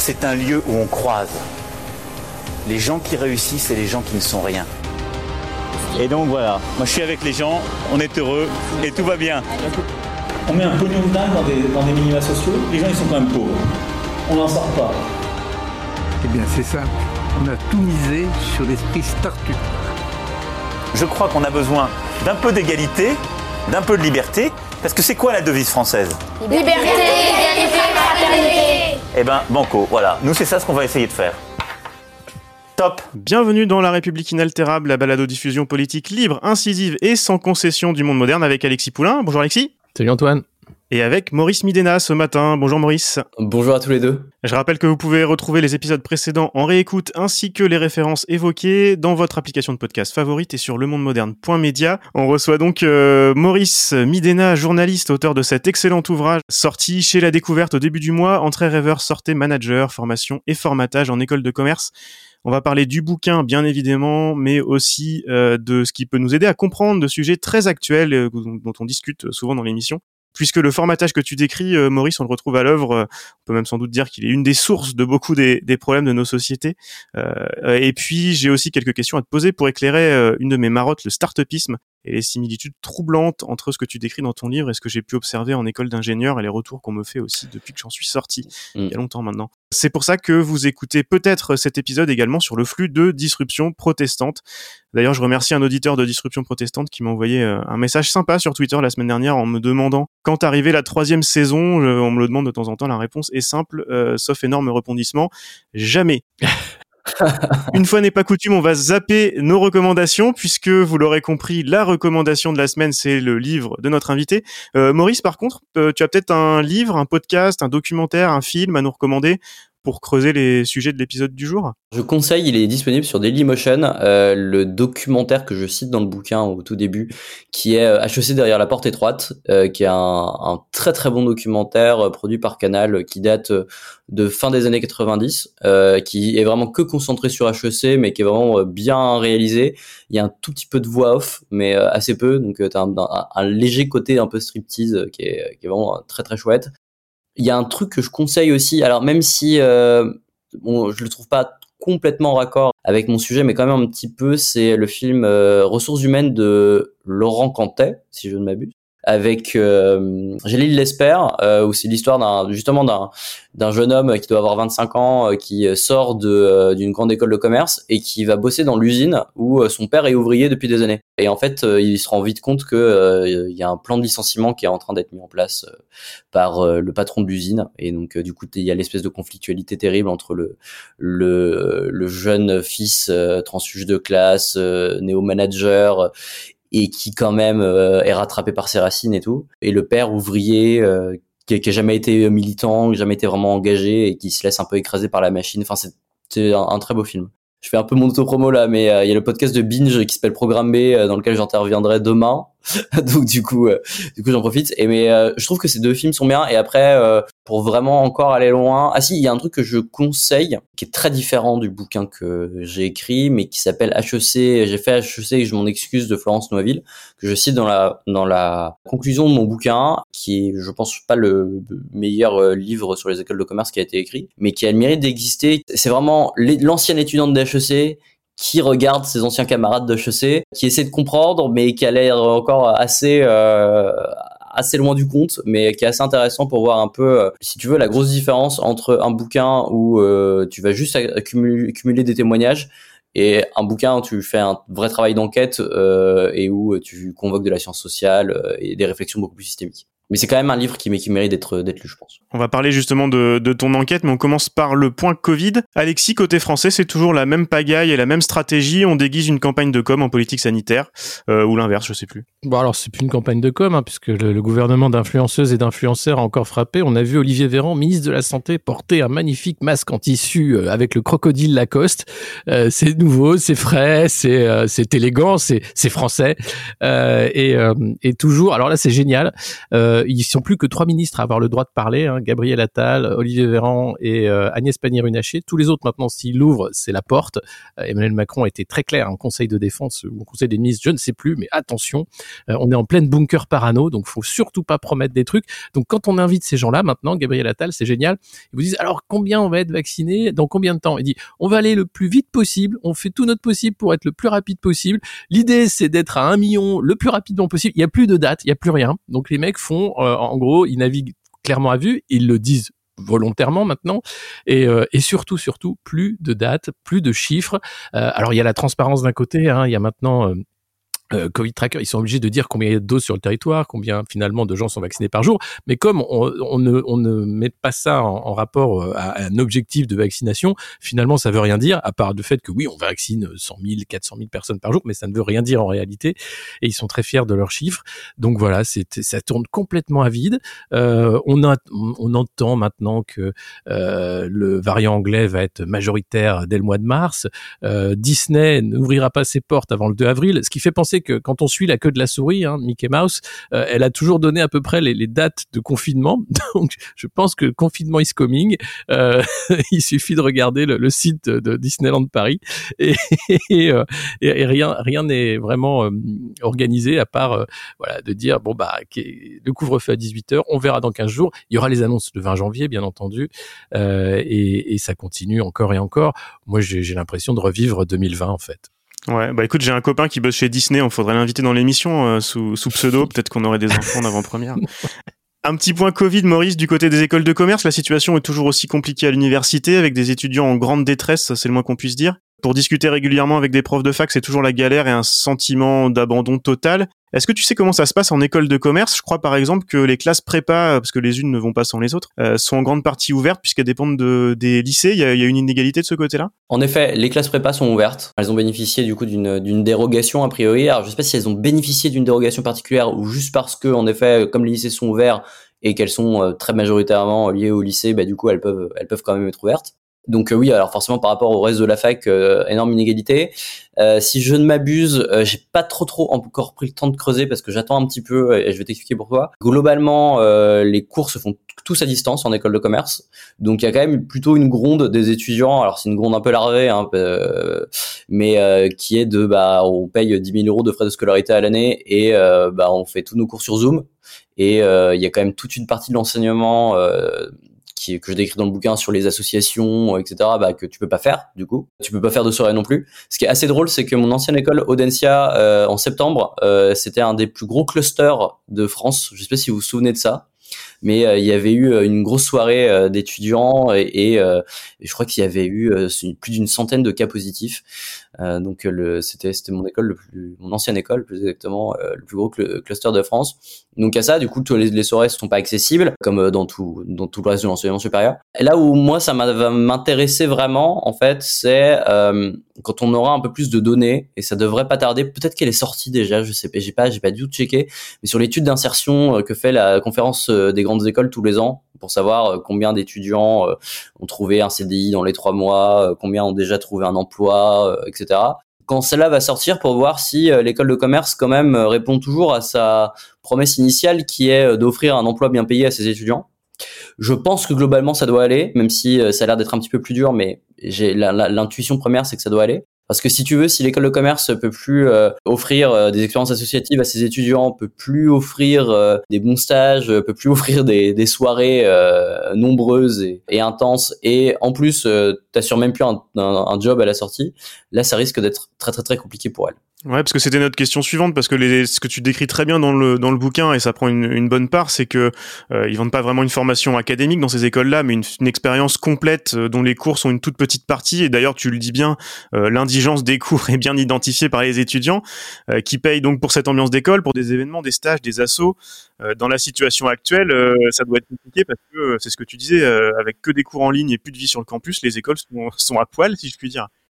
c'est un lieu où on croise les gens qui réussissent et les gens qui ne sont rien. Et donc voilà, moi je suis avec les gens, on est heureux et tout va bien. On met un pognon de dingue dans des minima sociaux, les gens ils sont quand même pauvres. On n'en sort pas. Eh bien c'est ça, on a tout misé sur l'esprit start-up. Je crois qu'on a besoin d'un peu d'égalité, d'un peu de liberté, parce que c'est quoi la devise française ? Liberté, égalité, fraternité. Eh ben banco, voilà, nous c'est ça ce qu'on va essayer de faire. Top. Bienvenue dans La République inaltérable, la balado-diffusion politique libre, incisive et sans concession du monde moderne avec Alexis Poulain. Bonjour Alexis. Salut Antoine. Et avec Maurice Midena ce matin. Bonjour Maurice. Bonjour à tous les deux. Je rappelle que vous pouvez retrouver les épisodes précédents en réécoute ainsi que les références évoquées dans votre application de podcast favorite et sur lemondemoderne.media. On reçoit donc Maurice Midena, journaliste, auteur de cet excellent ouvrage sorti chez La Découverte au début du mois, Entrée rêveur, sortez manager, formation et formatage en école de commerce. On va parler du bouquin, bien évidemment, mais aussi de ce qui peut nous aider à comprendre de sujets très actuels dont on discute souvent dans l'émission. Puisque le formatage que tu décris, Maurice, on le retrouve à l'œuvre, on peut même sans doute dire qu'il est une des sources de beaucoup des problèmes de nos sociétés. Et puis, j'ai aussi quelques questions à te poser pour éclairer une de mes marottes, le start-upisme, et les similitudes troublantes entre ce que tu décris dans ton livre et ce que j'ai pu observer en école d'ingénieur et les retours qu'on me fait aussi depuis que j'en suis sorti, il y a longtemps maintenant. C'est pour ça que vous écoutez peut-être cet épisode également sur le flux de Disruption Protestante. D'ailleurs, je remercie un auditeur de Disruption Protestante qui m'a envoyé un message sympa sur Twitter la semaine dernière en me demandant quand arrivait la 3e saison. On me le demande de temps en temps, la réponse est simple, sauf énorme rebondissement, jamais. Une fois n'est pas coutume, on va zapper nos recommandations puisque vous l'aurez compris, la recommandation de la semaine, c'est le livre de notre invité. Maurice, par contre, tu as peut-être un livre, un podcast, un documentaire, un film à nous recommander pour creuser les sujets de l'épisode du jour? Je conseille, il est disponible sur Dailymotion, le documentaire que je cite dans le bouquin au tout début, qui est HEC derrière la porte étroite, qui est un très très bon documentaire produit par Canal, qui date de fin des années 90, qui est vraiment que concentré sur HEC, mais qui est vraiment bien réalisé. Il y a un tout petit peu de voix off, mais assez peu, donc t'as un léger côté un peu striptease qui est vraiment très très chouette. Il y a un truc que je conseille aussi, alors même si je le trouve pas complètement raccord avec mon sujet, mais quand même un petit peu, c'est le film Ressources humaines de Laurent Cantet, si je ne m'abuse, avec Gélil Lesper, où c'est l'histoire d'un jeune homme qui doit avoir 25 ans, qui sort d'une grande école de commerce et qui va bosser dans l'usine où son père est ouvrier depuis des années. Et en fait, il se rend vite compte que il y a un plan de licenciement qui est en train d'être mis en place par le patron de l'usine. Et donc du coup, il y a l'espèce de conflictualité terrible entre le jeune fils transfuge de classe, néo-manager, et qui quand même est rattrapé par ses racines et tout, et le père ouvrier qui a jamais été militant, qui a jamais été vraiment engagé et qui se laisse un peu écraser par la machine. Enfin, c'est un très beau film. Je fais un peu mon auto-promo là, mais il y a le podcast de Binge qui s'appelle Programme B, dans lequel j'interviendrai demain. Donc du coup j'en profite. Mais je trouve que ces deux films sont bien. Et après, pour vraiment encore aller loin, ah si, il y a un truc que je conseille qui est très différent du bouquin que j'ai écrit, mais qui s'appelle HEC. J'ai fait HEC et je m'en excuse, de Florence Noisville, que je cite dans la conclusion de mon bouquin, qui est, je pense, pas le meilleur livre sur les écoles de commerce qui a été écrit, mais qui a le mérite d'exister. C'est vraiment l'ancienne étudiante d'HEC qui regarde ses anciens camarades d'HEC, qui essaie de comprendre, mais qui a l'air encore assez loin du compte, mais qui est assez intéressant pour voir un peu, si tu veux, la grosse différence entre un bouquin où tu vas juste accumuler des témoignages et un bouquin où tu fais un vrai travail d'enquête et où tu convoques de la science sociale et des réflexions beaucoup plus systémiques. Mais c'est quand même un livre qui mérite d'être lu, je pense. On va parler justement de ton enquête, mais on commence par le point Covid. Alexis, côté français, c'est toujours la même pagaille et la même stratégie. On déguise une campagne de com en politique sanitaire, ou l'inverse, je sais plus. Bon, alors c'est plus une campagne de com, puisque le gouvernement d'influenceuses et d'influenceurs a encore frappé. On a vu Olivier Véran, ministre de la Santé, porter un magnifique masque en tissu avec le crocodile Lacoste. C'est nouveau, c'est frais, c'est élégant, c'est français. Et toujours, alors là c'est génial. ils sont plus que 3 ministres à avoir le droit de parler, hein, Gabriel Attal, Olivier Véran et Agnès Pannier-Runacher. Tous les autres, maintenant, s'ils l'ouvrent, c'est la porte. Emmanuel Macron a été très clair en Conseil de défense ou au Conseil des ministres, je ne sais plus, mais attention, on est en pleine bunker parano, donc faut surtout pas promettre des trucs. Donc quand on invite ces gens-là, maintenant, Gabriel Attal, c'est génial, ils vous disent alors combien on va être vacciné, dans combien de temps? Il dit on va aller le plus vite possible, on fait tout notre possible pour être le plus rapide possible. L'idée c'est d'être à 1 million le plus rapidement possible. Il y a plus de date, il y a plus rien. Donc les mecs font, en gros, ils naviguent clairement à vue, ils le disent volontairement maintenant, et surtout plus de dates, plus de chiffres. Alors il y a la transparence d'un côté, hein, il y a maintenant Covid Tracker, ils sont obligés de dire combien il y a de doses sur le territoire, combien finalement de gens sont vaccinés par jour, mais comme on ne met pas ça en rapport à un objectif de vaccination, finalement ça veut rien dire, à part le fait que oui, on vaccine 100 000, 400 000 personnes par jour, mais ça ne veut rien dire en réalité, et ils sont très fiers de leurs chiffres. Donc voilà, ça tourne complètement à vide. On entend maintenant que le variant anglais va être majoritaire dès le mois de mars. Disney n'ouvrira pas ses portes avant le 2 avril, ce qui fait penser que quand on suit la queue de la souris, hein, Mickey Mouse, elle a toujours donné à peu près les dates de confinement. Donc, je pense que confinement is coming. Il suffit de regarder le site de Disneyland Paris et rien n'est vraiment organisé à part voilà, de dire bon bah le couvre-feu à 18h, on verra dans 15 jours. Il y aura les annonces le 20 janvier, bien entendu, et ça continue encore et encore. Moi, j'ai l'impression de revivre 2020 en fait. Ouais, bah écoute, j'ai un copain qui bosse chez Disney, on faudrait l'inviter dans l'émission sous pseudo, peut-être qu'on aurait des enfants en avant-première. Un petit point Covid, Maurice, du côté des écoles de commerce, la situation est toujours aussi compliquée à l'université, avec des étudiants en grande détresse, ça c'est le moins qu'on puisse dire. Pour discuter régulièrement avec des profs de fac, c'est toujours la galère et un sentiment d'abandon total. Est-ce que tu sais comment ça se passe en école de commerce? Je crois par exemple que les classes prépa, parce que les unes ne vont pas sans les autres, sont en grande partie ouvertes puisqu'elles dépendent des lycées. Il y a une inégalité de ce côté-là? En effet, les classes prépa sont ouvertes. Elles ont bénéficié du coup d'une dérogation a priori. Alors je sais pas si elles ont bénéficié d'une dérogation particulière ou juste parce que en effet, comme les lycées sont ouverts et qu'elles sont très majoritairement liées au lycée, bah du coup elles peuvent quand même être ouvertes. Donc oui, alors forcément par rapport au reste de la fac, énorme inégalité. Si je ne m'abuse, j'ai pas trop encore pris le temps de creuser parce que j'attends un petit peu et je vais t'expliquer pourquoi. Globalement, les cours se font tous à distance en école de commerce, donc il y a quand même plutôt une gronde des étudiants. Alors c'est une gronde un peu larvée, hein, mais qui est de on paye 10 000 € de frais de scolarité à l'année et on fait tous nos cours sur Zoom. Et il y a quand même toute une partie de l'enseignement que je décris dans le bouquin sur les associations, etc., que tu peux pas faire, du coup. Tu peux pas faire de soirée non plus. Ce qui est assez drôle, c'est que mon ancienne école, Audencia, en septembre, c'était un des plus gros clusters de France. Je sais pas si vous vous souvenez de ça. Mais il y avait eu une grosse soirée d'étudiants et je crois qu'il y avait eu plus d'une centaine de cas positifs. Donc c'était mon école mon ancienne école plus exactement, le plus gros cluster de France. Donc à ça, du coup, les soirées ne sont pas accessibles comme dans tout le reste de l'enseignement supérieur. Et là où moi ça va m'intéresser vraiment, en fait, c'est quand on aura un peu plus de données, et ça devrait pas tarder. Peut-être qu'elle est sortie déjà, je sais pas, j'ai pas du tout checké, mais sur l'étude d'insertion que fait la conférence des grandes écoles tous les ans pour savoir combien d'étudiants ont trouvé un CDI dans les 3 mois, combien ont déjà trouvé un emploi, etc. Quand celle-là va sortir pour voir si l'école de commerce quand même répond toujours à sa promesse initiale qui est d'offrir un emploi bien payé à ses étudiants. Je pense que globalement ça doit aller, même si ça a l'air d'être un petit peu plus dur, mais j'ai l'intuition première, c'est que ça doit aller. Parce que si tu veux, si l'école de commerce peut plus offrir des expériences associatives à ses étudiants, peut plus offrir des bons stages, peut plus offrir des soirées nombreuses et intenses, et en plus t'assures même plus un job à la sortie, là ça risque d'être très très très compliqué pour elle. Ouais, parce que c'était notre question suivante, parce que ce que tu décris très bien dans le bouquin, et ça prend une bonne part, c'est que ils vendent pas vraiment une formation académique dans ces écoles-là, mais une expérience complète dont les cours sont une toute petite partie. Et d'ailleurs, tu le dis bien, l'indigence des cours est bien identifiée par les étudiants, qui payent donc pour cette ambiance d'école, pour des événements, des stages, des assos. Dans la situation actuelle, ça doit être compliqué parce que c'est ce que tu disais, avec que des cours en ligne et plus de vie sur le campus, les écoles sont à poil, si je puis dire.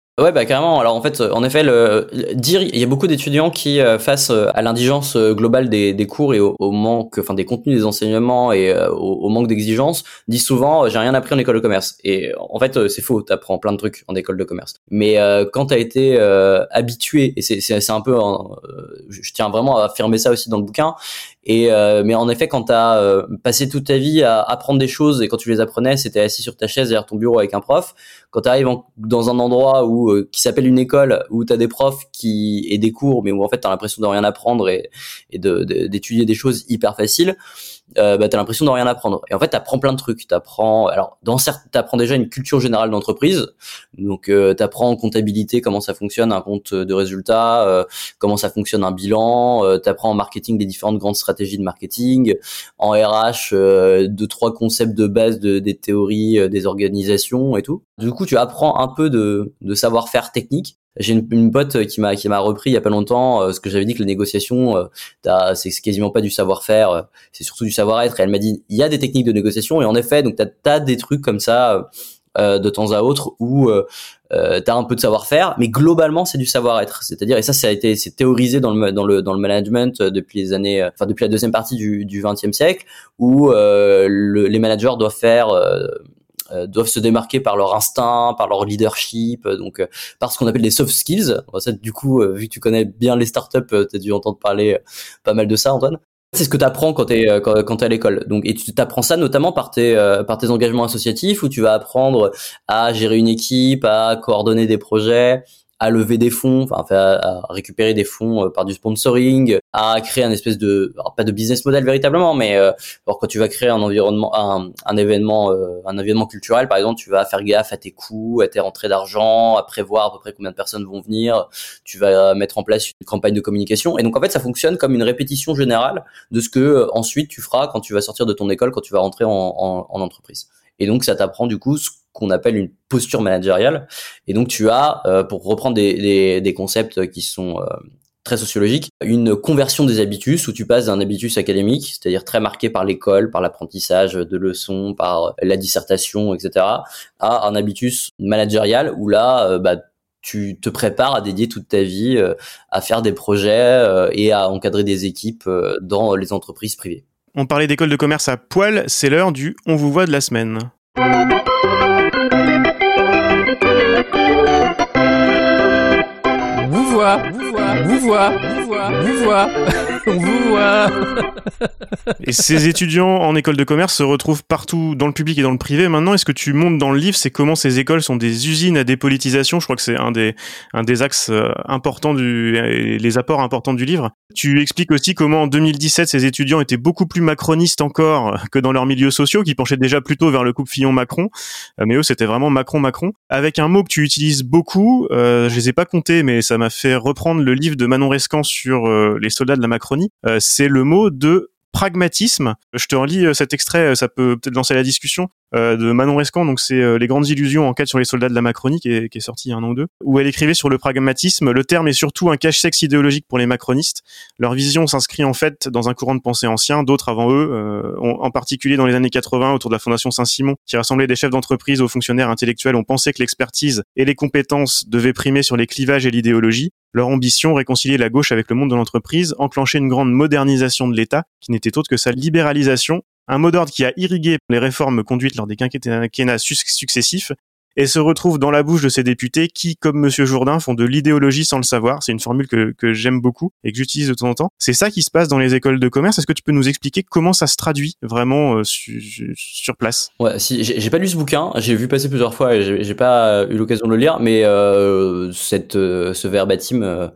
Ouais, bah carrément. Alors en fait, en effet, dire, il y a beaucoup d'étudiants qui, face à l'indigence globale des cours et au manque, enfin des contenus des enseignements et au manque d'exigence, disent souvent j'ai rien appris en école de commerce. Et en fait, c'est faux. T'apprends plein de trucs en école de commerce. Mais quand t'as été habitué, et c'est un peu, je tiens vraiment à affirmer ça aussi dans le bouquin. Et mais en effet, quand t'as passé toute ta vie à apprendre des choses et quand tu les apprenais, c'était assis sur ta chaise derrière ton bureau avec un prof. Quand t'arrives dans un endroit où qui s'appelle une école, où t'as des profs et des cours, mais où en fait t'as l'impression de rien apprendre et d'étudier des choses hyper faciles, bah t'as l'impression de rien apprendre. Et en fait t'apprends plein de trucs. T'apprends déjà une culture générale d'entreprise. Donc t'apprends en comptabilité comment ça fonctionne un compte de résultats, comment ça fonctionne un bilan. T'apprends en marketing les différentes grandes stratégies de marketing. En RH, 2-3 concepts de base des théories des organisations et tout. Du coup tu apprends un peu de savoir-faire technique. J'ai une pote qui m'a repris il y a pas longtemps ce que j'avais dit que les négociations c'est quasiment pas du savoir-faire, c'est surtout du savoir-être. Et elle m'a dit il y a des techniques de négociation et en effet donc t'as des trucs comme ça de temps à autre où t'as un peu de savoir-faire, mais globalement c'est du savoir-être. C'est-à-dire, et ça c'est théorisé dans le management depuis les années, depuis la deuxième partie du XXe siècle, où les managers doivent se démarquer par leur instinct, par leur leadership, donc par ce qu'on appelle les soft skills. Ça, du coup, vu que tu connais bien les startups, t'as dû entendre parler pas mal de ça, Antoine. C'est ce que tu apprends quand t'es à l'école. Donc, et tu t'apprends ça notamment par tes engagements associatifs, où tu vas apprendre à gérer une équipe, à coordonner des projets, à lever des fonds, à récupérer des fonds par du sponsoring, à créer un espèce alors pas de business model véritablement, mais quand tu vas créer un environnement, un événement culturel, par exemple, tu vas faire gaffe à tes coûts, à tes rentrées d'argent, à prévoir à peu près combien de personnes vont venir, tu vas mettre en place une campagne de communication, et donc en fait ça fonctionne comme une répétition générale de ce que ensuite tu feras quand tu vas sortir de ton école, quand tu vas rentrer en entreprise. Et donc ça t'apprend du coup ce qu'on appelle une posture managériale. Et donc tu as, pour reprendre des concepts qui sont très sociologiques, une conversion des habitus où tu passes d'un habitus académique, c'est-à-dire très marqué par l'école, par l'apprentissage de leçons, par la dissertation, etc., à un habitus managérial où là, tu te prépares à dédier toute ta vie à faire des projets et à encadrer des équipes dans les entreprises privées. On parlait d'école de commerce à poil, c'est l'heure du « On vous voit » de la semaine. Vous voit. On vous voit. Et ces étudiants en école de commerce se retrouvent partout dans le public et dans le privé. Maintenant, est-ce que tu montres dans le livre, c'est comment ces écoles sont des usines à dépolitisation? Je crois que c'est un des axes importants les apports importants du livre. Tu expliques aussi comment en 2017, ces étudiants étaient beaucoup plus macronistes encore que dans leurs milieux sociaux, qui penchaient déjà plutôt vers le couple Fillon-Macron. Mais eux, c'était vraiment Macron. Avec un mot que tu utilises beaucoup, je les ai pas comptés, mais ça m'a fait reprendre le livre de Manon Rescan sur les soldats de la Macronie. C'est le mot de pragmatisme. Je te relis cet extrait, ça peut peut-être lancer la discussion, de Manon Rescan. Donc c'est Les grandes illusions, enquête sur les soldats de la Macronie, qui est sorti il y a un an ou deux, où elle écrivait sur le pragmatisme. Le terme est surtout un cache-sexe idéologique pour les macronistes. Leur vision s'inscrit en fait dans un courant de pensée ancien. D'autres avant eux, en particulier dans les années 80, autour de la Fondation Saint-Simon, qui rassemblait des chefs d'entreprise aux fonctionnaires intellectuels, ont pensé que l'expertise et les compétences devaient primer sur les clivages et l'idéologie. Leur ambition, réconcilier la gauche avec le monde de l'entreprise, enclencher une grande modernisation de l'État, qui n'était autre que sa libéralisation, un mot d'ordre qui a irrigué les réformes conduites lors des quinquennats successifs, et se retrouve dans la bouche de ces députés qui, comme Monsieur Jourdain, font de l'idéologie sans le savoir. C'est une formule que j'aime beaucoup et que j'utilise de temps en temps. C'est ça qui se passe dans les écoles de commerce. Est-ce que tu peux nous expliquer comment ça se traduit vraiment sur place? Ouais, si j'ai pas lu ce bouquin, j'ai vu passer plusieurs fois et j'ai pas eu l'occasion de le lire, mais ce verbatim,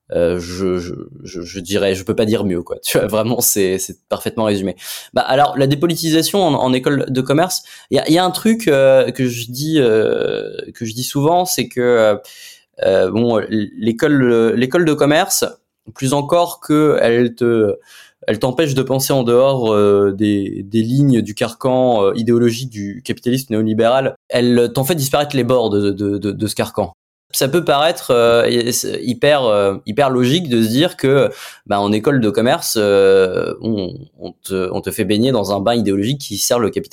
je dirais, je peux pas dire mieux, quoi. Tu vois, vraiment, c'est parfaitement résumé. Alors, la dépolitisation en école de commerce, il y a un truc que je dis souvent, c'est que l'école de commerce, plus encore que elle t'empêche de penser en dehors des lignes du carcan idéologique du capitalisme néolibéral, elle t'en fait disparaître les bords de ce carcan. Ça peut paraître hyper logique de se dire que en école de commerce on te fait baigner dans un bain idéologique qui sert le capitalisme.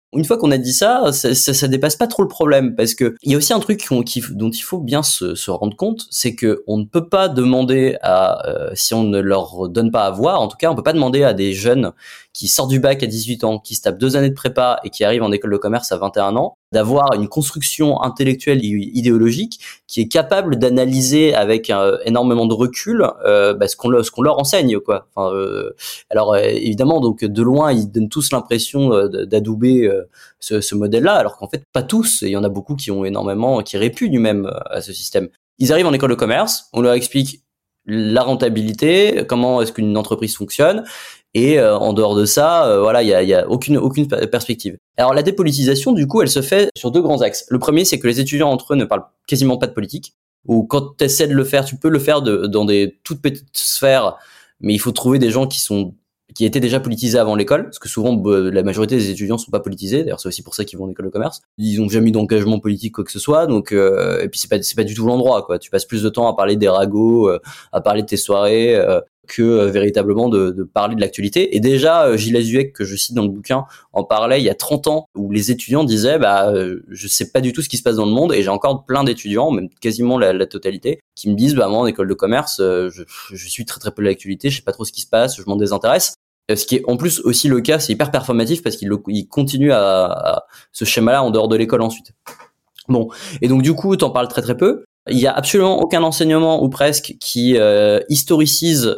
Une fois qu'on a dit ça, ça dépasse pas trop le problème, parce que il y a aussi un truc dont il faut bien se rendre compte, c'est que on ne peut pas demander si on ne leur donne pas à voir, en tout cas, on peut pas demander à des jeunes qui sortent du bac à 18 ans, qui se tapent 2 années de prépa et qui arrivent en école de commerce à 21 ans, d'avoir une construction intellectuelle et idéologique qui est capable d'analyser avec énormément de recul ce qu'on leur enseigne, quoi. Enfin, alors évidemment, donc de loin, ils donnent tous l'impression d'adouber ce modèle-là, alors qu'en fait pas tous. Il y en a beaucoup qui répugnent même à ce système. Ils arrivent en école de commerce, on leur explique la rentabilité, comment est-ce qu'une entreprise fonctionne. Et en dehors de ça, il y a aucune perspective. Alors la dépolitisation, du coup, elle se fait sur 2 grands axes. Le premier, c'est que les étudiants entre eux ne parlent quasiment pas de politique. Ou quand tu essaies de le faire, tu peux le faire dans des toutes petites sphères, mais il faut trouver des gens qui étaient déjà politisés avant l'école, parce que souvent la majorité des étudiants sont pas politisés. D'ailleurs, c'est aussi pour ça qu'ils vont en école de commerce. Ils ont jamais eu d'engagement politique quoi que ce soit, donc et puis c'est pas du tout l'endroit, quoi. Tu passes plus de temps à parler des ragots, à parler de tes soirées, que véritablement de parler de l'actualité. Et déjà, Gilles Azuec, que je cite dans le bouquin, en parlait il y a 30 ans, où les étudiants disaient je sais pas du tout ce qui se passe dans le monde, et j'ai encore plein d'étudiants, même quasiment la totalité, qui me disent moi en école de commerce, je suis très très peu de l'actualité, je sais pas trop ce qui se passe, je m'en désintéresse. Ce qui est en plus aussi le cas, c'est hyper performatif parce qu'il continue à ce schéma-là en dehors de l'école ensuite. Bon, et donc du coup, t'en parles très très peu. Il y a absolument aucun enseignement ou presque qui historicise,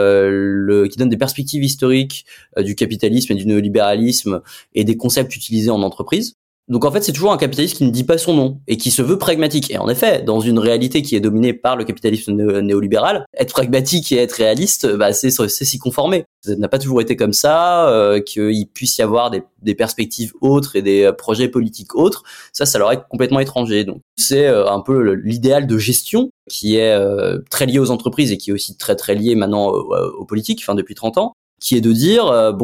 qui donne des perspectives historiques du capitalisme et du néolibéralisme et des concepts utilisés en entreprise. Donc en fait, c'est toujours un capitalisme qui ne dit pas son nom et qui se veut pragmatique. Et en effet, dans une réalité qui est dominée par le capitalisme néolibéral, être pragmatique et être réaliste, c'est s'y conformer. Ça n'a pas toujours été comme ça, qu'il puisse y avoir des perspectives autres et des projets politiques autres. Ça leur est complètement étranger. Donc c'est un peu l'idéal de gestion qui est très lié aux entreprises et qui est aussi très très lié maintenant aux politiques, depuis 30 ans. Qui est de dire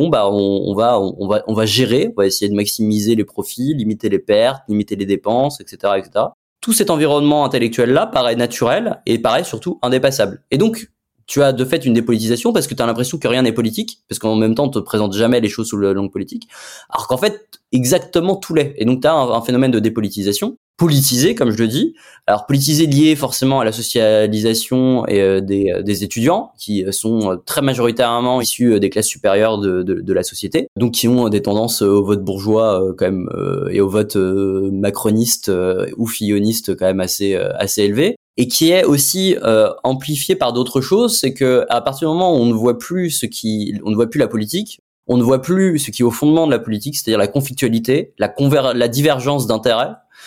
on va gérer, on va essayer de maximiser les profits, limiter les pertes, limiter les dépenses, etc., etc. Tout cet environnement intellectuel là paraît naturel et paraît surtout indépassable. Et donc tu as de fait une dépolitisation parce que tu as l'impression que rien n'est politique, parce qu'en même temps on te présente jamais les choses sous le langue politique, alors qu'en fait exactement tout l'est. Et donc tu as un phénomène de dépolitisation politisé, comme je le dis. Alors politisé lié forcément à la socialisation et des étudiants qui sont très majoritairement issus des classes supérieures de la société, donc qui ont des tendances au vote bourgeois quand même et au vote macroniste ou filloniste quand même assez élevé. Et qui est aussi amplifié par d'autres choses, c'est que à partir du moment où on ne voit plus la politique, on ne voit plus ce qui est au fondement de la politique, c'est-à-dire la conflictualité, la divergence d'intérêts,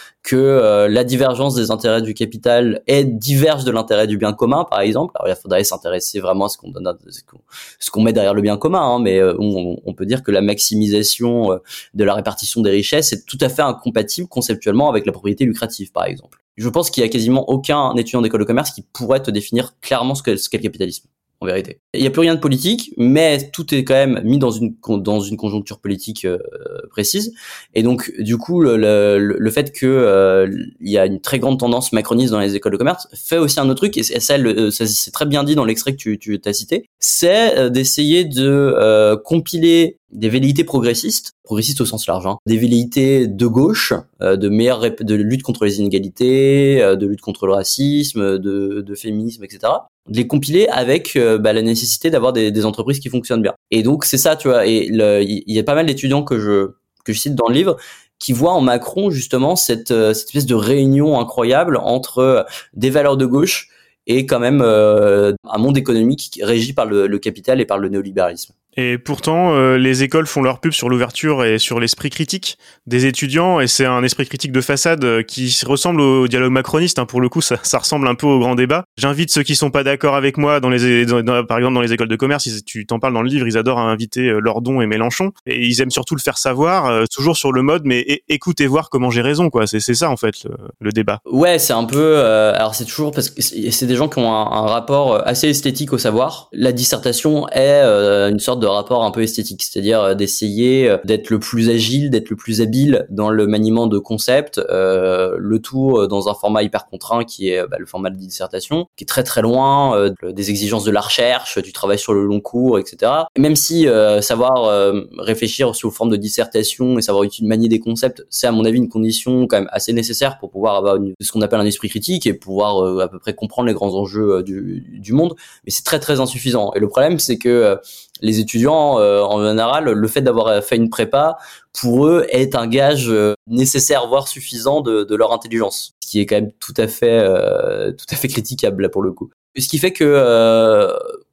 que la divergence des intérêts du capital diverge de l'intérêt du bien commun, par exemple. Alors il faudrait s'intéresser vraiment à ce qu'on met derrière le bien commun, mais on peut dire que la maximisation de la répartition des richesses est tout à fait incompatible conceptuellement avec la propriété lucrative, par exemple. Je pense qu'il y a quasiment aucun étudiant d'école de commerce qui pourrait te définir clairement ce qu'est le capitalisme, en vérité. Il n'y a plus rien de politique, mais tout est quand même mis dans une conjoncture politique précise. Et donc, du coup, le fait que il y a une très grande tendance macroniste dans les écoles de commerce fait aussi un autre truc, et ça c'est très bien dit dans l'extrait que tu as cité, c'est d'essayer de compiler des velléités progressistes au sens large, des velléités de gauche, de lutte contre les inégalités, de lutte contre le racisme, de féminisme, etc. De les compiler avec la nécessité d'avoir des entreprises qui fonctionnent bien. Et donc c'est ça, tu vois. Et il y a pas mal d'étudiants que je cite dans le livre qui voient en Macron justement cette espèce de réunion incroyable entre des valeurs de gauche et quand même un monde économique régi par le capital et par le néolibéralisme. Et pourtant, les écoles font leur pub sur l'ouverture et sur l'esprit critique des étudiants, et c'est un esprit critique de façade qui ressemble au dialogue macroniste. Pour le coup, ça ressemble un peu au grand débat. J'invite ceux qui sont pas d'accord avec moi par exemple dans les écoles de commerce, tu t'en parles dans le livre, ils adorent inviter Lordon et Mélenchon, et ils aiment surtout le faire savoir, toujours sur le mode, mais écoute et voir comment j'ai raison, quoi. C'est ça en fait le débat. Ouais, c'est un peu. Alors c'est toujours parce que c'est des gens qui ont un rapport assez esthétique au savoir. La dissertation est une sorte de de rapport un peu esthétique, c'est-à-dire d'essayer d'être le plus agile, d'être le plus habile dans le maniement de concepts, le tout dans un format hyper contraint qui est le format de dissertation, qui est très très loin des exigences de la recherche, du travail sur le long cours, etc. Et même si savoir réfléchir sous forme de dissertation et savoir manier des concepts, c'est à mon avis une condition quand même assez nécessaire pour pouvoir avoir ce qu'on appelle un esprit critique et pouvoir à peu près comprendre les grands enjeux du monde, mais c'est très très insuffisant. Et le problème, c'est que les étudiants, en général, le fait d'avoir fait une prépa, pour eux, est un gage nécessaire, voire suffisant de leur intelligence, ce qui est quand même tout à fait critiquable là pour le coup. Ce qui fait que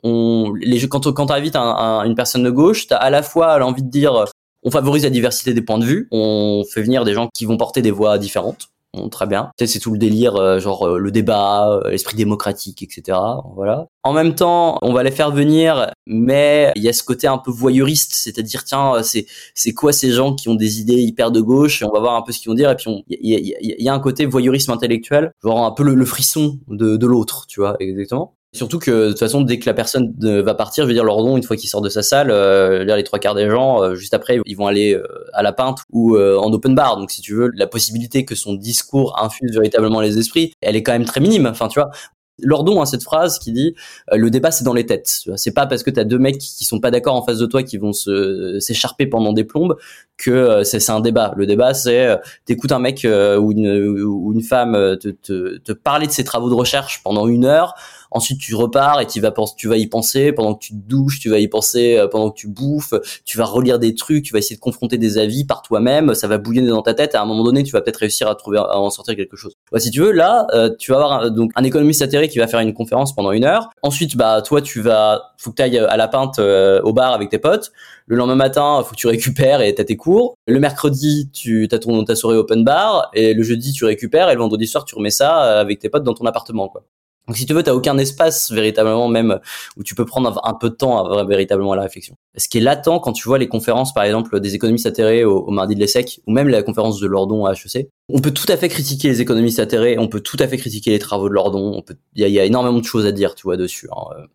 quand t'invites une personne de gauche, t'as à la fois l'envie de dire on favorise la diversité des points de vue, on fait venir des gens qui vont porter des voix différentes. Bon, très bien. C'est tout le délire, le débat, l'esprit démocratique, etc. Voilà. En même temps, on va les faire venir, mais il y a ce côté un peu voyeuriste, c'est-à-dire tiens, c'est quoi ces gens qui ont des idées hyper de gauche, et on va voir un peu ce qu'ils vont dire, et puis il y a un côté voyeurisme intellectuel, genre un peu le frisson de l'autre, tu vois, exactement. Surtout que de toute façon, dès que la personne va partir, je veux dire, Lordon, une fois qu'il sort de sa salle, les 3/4 des gens, juste après, ils vont aller à la Pinte ou en open bar. Donc, si tu veux, la possibilité que son discours infuse véritablement les esprits, elle est quand même très minime. Enfin, tu vois, Lordon a cette phrase qui dit le débat c'est dans les têtes. C'est pas parce que t'as deux mecs qui sont pas d'accord en face de toi qui vont s'écharper pendant des plombes que c'est un débat. Le débat c'est t'écoutes un mec ou une femme te parler de ses travaux de recherche pendant 1 heure. Ensuite, tu repars et tu vas y penser pendant que tu te douches, tu vas y penser pendant que tu bouffes, tu vas relire des trucs, tu vas essayer de confronter des avis par toi-même, ça va bouillonner dans ta tête et à un moment donné, tu vas peut-être réussir à en sortir quelque chose. Ouais, si tu veux, là, tu vas avoir donc un économiste atterré qui va faire une conférence pendant 1 heure. Ensuite, toi, faut que tu ailles à la Pinte au bar avec tes potes. Le lendemain matin, faut que tu récupères et t'as tes cours. Le mercredi, t'as ta soirée open bar et le jeudi, tu récupères et le vendredi soir, tu remets ça avec tes potes dans ton appartement, quoi. Donc si tu veux, t'as aucun espace véritablement même où tu peux prendre un peu de temps véritablement à la réflexion. Ce qui est latent quand tu vois les conférences par exemple des économistes atterrés au mardi de l'ESSEC ou même la conférence de Lordon à HEC, on peut tout à fait critiquer les économistes atterrés, on peut tout à fait critiquer les travaux de Lordon, il y a énormément de choses à dire, tu vois, dessus.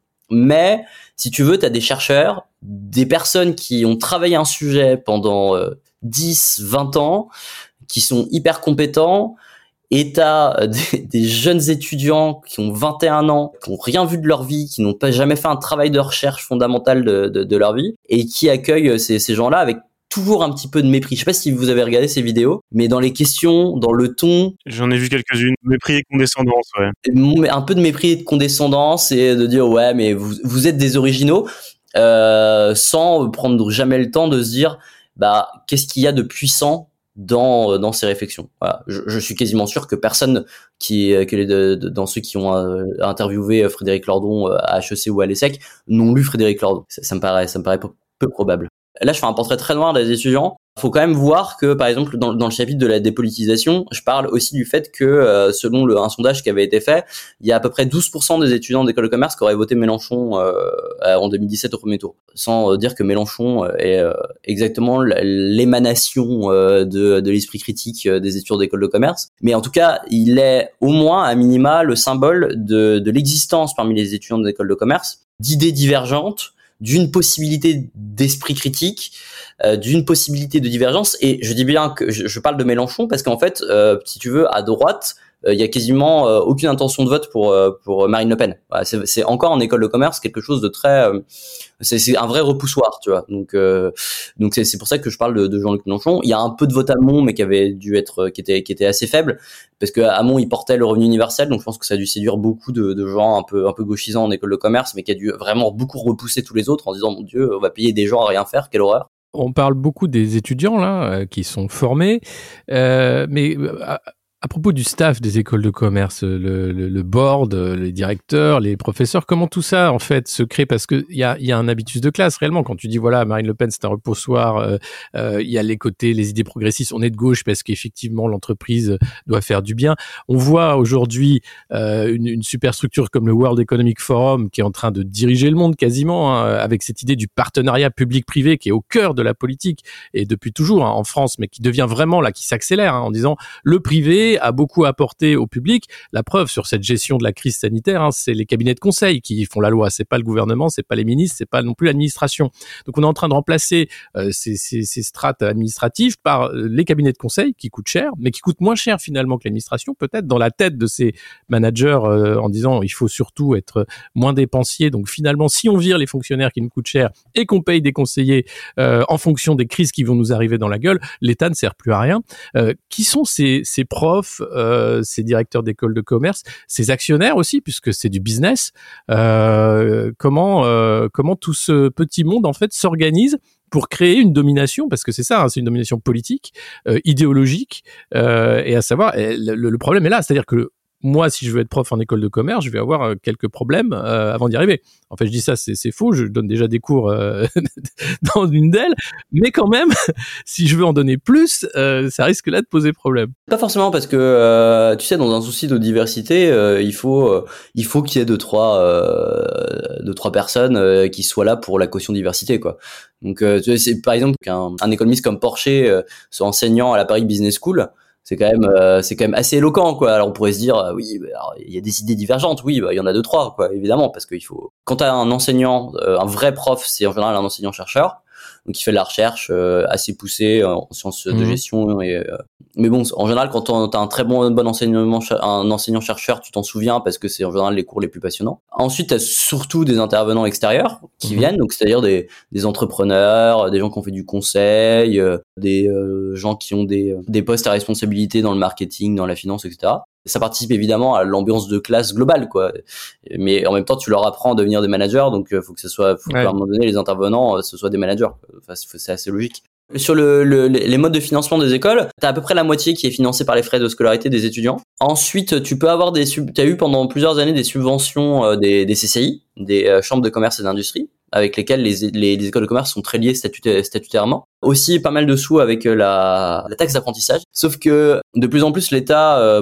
Mais si tu veux, t'as des chercheurs, des personnes qui ont travaillé un sujet pendant 10, 20 ans, qui sont hyper compétents. Et t'as des jeunes étudiants qui ont 21 ans, qui ont rien vu de leur vie, qui n'ont pas jamais fait un travail de recherche fondamental de leur vie, et qui accueillent ces gens-là avec toujours un petit peu de mépris. Je sais pas si vous avez regardé ces vidéos, mais dans les questions, dans le ton... J'en ai vu quelques-unes. Mépris et condescendance, ouais. Un peu de mépris et de condescendance, et de dire, ouais, mais vous êtes des originaux, sans prendre jamais le temps de se dire, qu'est-ce qu'il y a de puissant dans ces réflexions. Voilà. Je suis quasiment sûr que personne dans ceux qui ont interviewé Frédéric Lordon à HEC ou à l'ESSEC n'ont lu Frédéric Lordon. Ça me paraît peu probable. Là, je fais un portrait très loin des étudiants. Faut quand même voir que, par exemple, dans le chapitre de la dépolitisation, je parle aussi du fait que, selon un sondage qui avait été fait, il y a à peu près 12% des étudiants d'école de commerce qui auraient voté Mélenchon en 2017 au premier tour. Sans dire que Mélenchon est exactement l'émanation de l'esprit critique des étudiants d'école de commerce. Mais en tout cas, il est au moins, à minima, le symbole de l'existence parmi les étudiants d'école de commerce d'idées divergentes, d'une possibilité d'esprit critique, d'une possibilité de divergence. Et je dis bien que je parle de Mélenchon parce qu'en fait, si tu veux, à droite, il y a quasiment aucune intention de vote pour Marine Le Pen. Voilà, c'est encore en école de commerce quelque chose de très... c'est un vrai repoussoir, tu vois. Donc c'est pour ça que je parle de Jean-Luc Mélenchon. Il y a un peu de vote Hamon, mais qui était assez faible, parce que Hamon il portait le revenu universel, donc je pense que ça a dû séduire beaucoup de gens un peu gauchisants en école de commerce, mais qui a dû vraiment beaucoup repousser tous les autres en disant mon Dieu, on va payer des gens à rien faire, quelle horreur. On parle beaucoup des étudiants là qui sont formés, mais à propos du staff des écoles de commerce, le board, les directeurs, les professeurs, comment tout ça en fait se crée? Parce que il y a un habitus de classe réellement. Quand tu dis voilà, Marine Le Pen c'est un repoussoir, il y a les idées progressistes, on est de gauche parce qu'effectivement l'entreprise doit faire du bien. On voit aujourd'hui une superstructure comme le World Economic Forum qui est en train de diriger le monde quasiment, avec cette idée du partenariat public-privé qui est au cœur de la politique et depuis toujours en France, mais qui devient vraiment là, qui s'accélère en disant le privé privé a beaucoup apporté au public. La preuve sur cette gestion de la crise sanitaire, c'est les cabinets de conseil qui font la loi. C'est pas le gouvernement, c'est pas les ministres, c'est pas non plus l'administration. Donc on est en train de remplacer ces strates administratives par les cabinets de conseil qui coûtent cher, mais qui coûtent moins cher finalement que l'administration, peut-être dans la tête de ces managers en disant il faut surtout être moins dépensier. Donc finalement, si on vire les fonctionnaires qui nous coûtent cher et qu'on paye des conseillers en fonction des crises qui vont nous arriver dans la gueule, l'État ne sert plus à rien. Qui sont ces profs, ces directeurs d'écoles de commerce, ces actionnaires aussi, puisque c'est du business. Comment tout ce petit monde en fait s'organise pour créer une domination, parce que c'est ça, c'est une domination politique, idéologique, et à savoir, le problème est là, c'est-à-dire que moi, si je veux être prof en école de commerce, je vais avoir quelques problèmes avant d'y arriver. En fait, je dis ça, c'est faux. Je donne déjà des cours dans une d'elles, mais quand même, si je veux en donner plus, ça risque là de poser problème. Pas forcément, parce que tu sais, dans un souci de diversité, il faut qu'il y ait deux trois personnes qui soient là pour la caution diversité, quoi. Donc, tu sais, c'est par exemple qu'un économiste comme Porcher soit enseignant à la Paris Business School. C'est quand même assez éloquent, quoi. Alors on pourrait se dire oui, alors, il y a des idées divergentes, oui, il y en a deux trois, quoi, évidemment, parce qu'il faut, quand t'as un enseignant, un vrai prof, c'est en général un enseignant chercheur, donc il fait de la recherche assez poussée en sciences de gestion, et mais bon, en général, quand t'as un très bon un enseignant chercheur, tu t'en souviens parce que c'est en général les cours les plus passionnants. Ensuite, t'as surtout des intervenants extérieurs qui viennent, donc c'est-à-dire des entrepreneurs, des gens qui ont fait du conseil, des gens qui ont des postes à responsabilité dans le marketing, dans la finance, etc. Ça participe évidemment à l'ambiance de classe globale, quoi. Mais en même temps, tu leur apprends à devenir des managers, donc faut qu'à un moment donné, les intervenants, ce soient des managers. Enfin, c'est assez logique. Sur les modes de financement des écoles, t'as à peu près la moitié qui est financée par les frais de scolarité des étudiants. Ensuite, tu peux avoir t'as eu pendant plusieurs années des subventions des CCI, des chambres de commerce et d'industrie, avec lesquelles les écoles de commerce sont très liées statutairement. Aussi pas mal de sous avec la taxe d'apprentissage. Sauf que de plus en plus l'État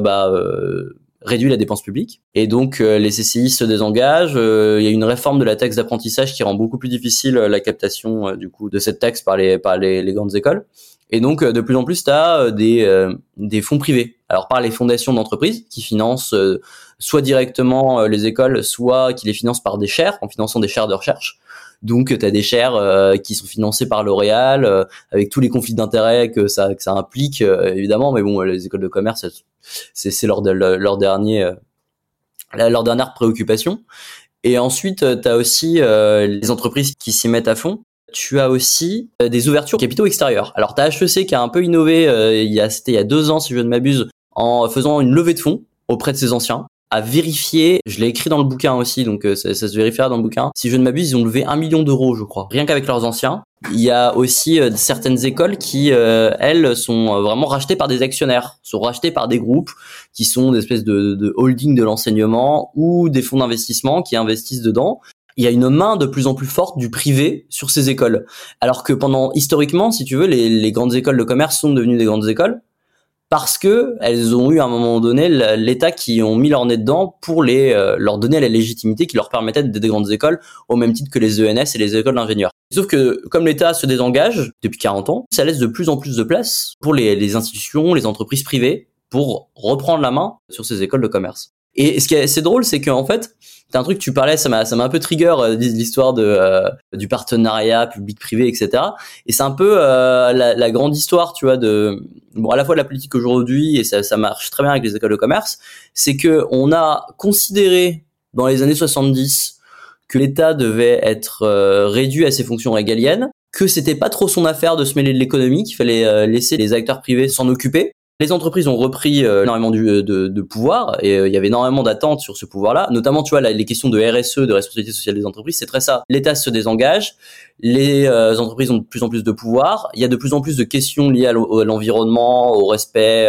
réduit la dépense publique, et donc les CCI se désengagent. Il y a une réforme de la taxe d'apprentissage qui rend beaucoup plus difficile la captation du coup de cette taxe par les grandes écoles. Et donc de plus en plus t'as des fonds privés, alors par les fondations d'entreprises qui financent soit directement les écoles, soit qui les financent par des chaires, en finançant des chaires de recherche. Donc t'as des chaires qui sont financées par L'Oréal, avec tous les conflits d'intérêts que ça implique, évidemment, mais bon, les écoles de commerce, c'est leur dernière préoccupation. Et ensuite t'as aussi les entreprises qui s'y mettent à fond. Tu as aussi des ouvertures capitaux extérieurs. Alors t'as HEC qui a un peu innové il y a 2 ans, si je ne m'abuse, en faisant une levée de fonds auprès de ses anciens, à vérifier, je l'ai écrit dans le bouquin aussi, donc ça se vérifiera dans le bouquin. Si je ne m'abuse, ils ont levé 1 million d'euros, je crois, rien qu'avec leurs anciens. Il y a aussi certaines écoles qui, elles, sont vraiment rachetées par des actionnaires, sont rachetées par des groupes qui sont des espèces de holding de l'enseignement ou des fonds d'investissement qui investissent dedans. Il y a une main de plus en plus forte du privé sur ces écoles. Alors que historiquement, si tu veux, les grandes écoles de commerce sont devenues des grandes écoles parce que elles ont eu à un moment donné l'État qui ont mis leur nez dedans pour leur donner la légitimité qui leur permettait d'être des grandes écoles au même titre que les ENS et les écoles d'ingénieurs. Sauf que comme l'État se désengage depuis 40 ans, ça laisse de plus en plus de place pour les institutions, les entreprises privées pour reprendre la main sur ces écoles de commerce. Et ce qui est assez drôle, c'est qu'en fait, c'est un truc que tu parlais, ça m'a un peu trigger l'histoire du partenariat public-privé, etc. Et c'est un peu la grande histoire, tu vois, à la fois de la politique aujourd'hui, et ça marche très bien avec les écoles de commerce, c'est que on a considéré dans les années 70 que l'État devait être réduit à ses fonctions régaliennes, que c'était pas trop son affaire de se mêler de l'économie, qu'il fallait laisser les acteurs privés s'en occuper. Les entreprises ont repris énormément de pouvoir, et il y avait énormément d'attentes sur ce pouvoir-là, notamment tu vois les questions de RSE, de responsabilité sociale des entreprises, c'est très ça. L'État se désengage, les entreprises ont de plus en plus de pouvoir, il y a de plus en plus de questions liées à l'environnement, au respect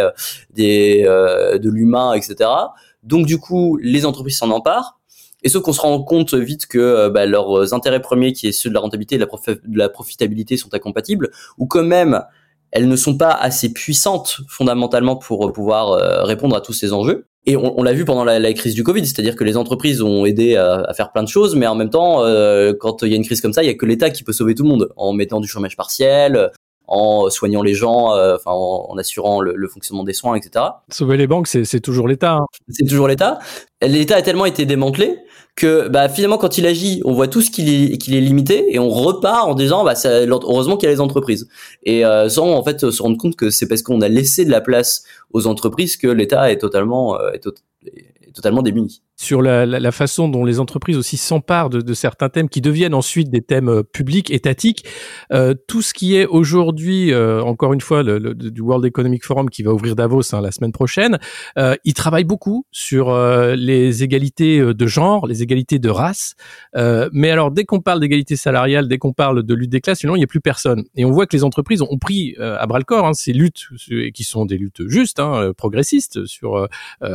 de l'humain, etc. Donc du coup, les entreprises s'en emparent. Et sauf qu'on se rend compte vite que leurs intérêts premiers, qui est ceux de la rentabilité et de la profitabilité, sont incompatibles, ou quand même elles ne sont pas assez puissantes fondamentalement pour pouvoir répondre à tous ces enjeux. Et on l'a vu pendant la crise du Covid, c'est-à-dire que les entreprises ont aidé à faire plein de choses, mais en même temps, quand il y a une crise comme ça, il y a que l'État qui peut sauver tout le monde, en mettant du chômage partiel, en soignant les gens, en assurant le fonctionnement des soins, etc. Sauver les banques, c'est toujours l'État. Hein. C'est toujours l'État. L'État a tellement été démantelé que finalement quand il agit, on voit tous qu'il est limité et on repart en disant heureusement qu'il y a les entreprises. Et sans en fait se rendre compte que c'est parce qu'on a laissé de la place aux entreprises que l'État est totalement démuni. Sur la façon dont les entreprises aussi s'emparent de certains thèmes qui deviennent ensuite des thèmes publics, étatiques. Tout ce qui est aujourd'hui, encore une fois, du World Economic Forum qui va ouvrir Davos la semaine prochaine, ils travaillent beaucoup sur les égalités de genre, les égalités de race. Mais alors, dès qu'on parle d'égalité salariale, dès qu'on parle de lutte des classes, finalement, il n'y a plus personne. Et on voit que les entreprises ont pris à bras-le-corps ces luttes qui sont des luttes justes, progressistes, sur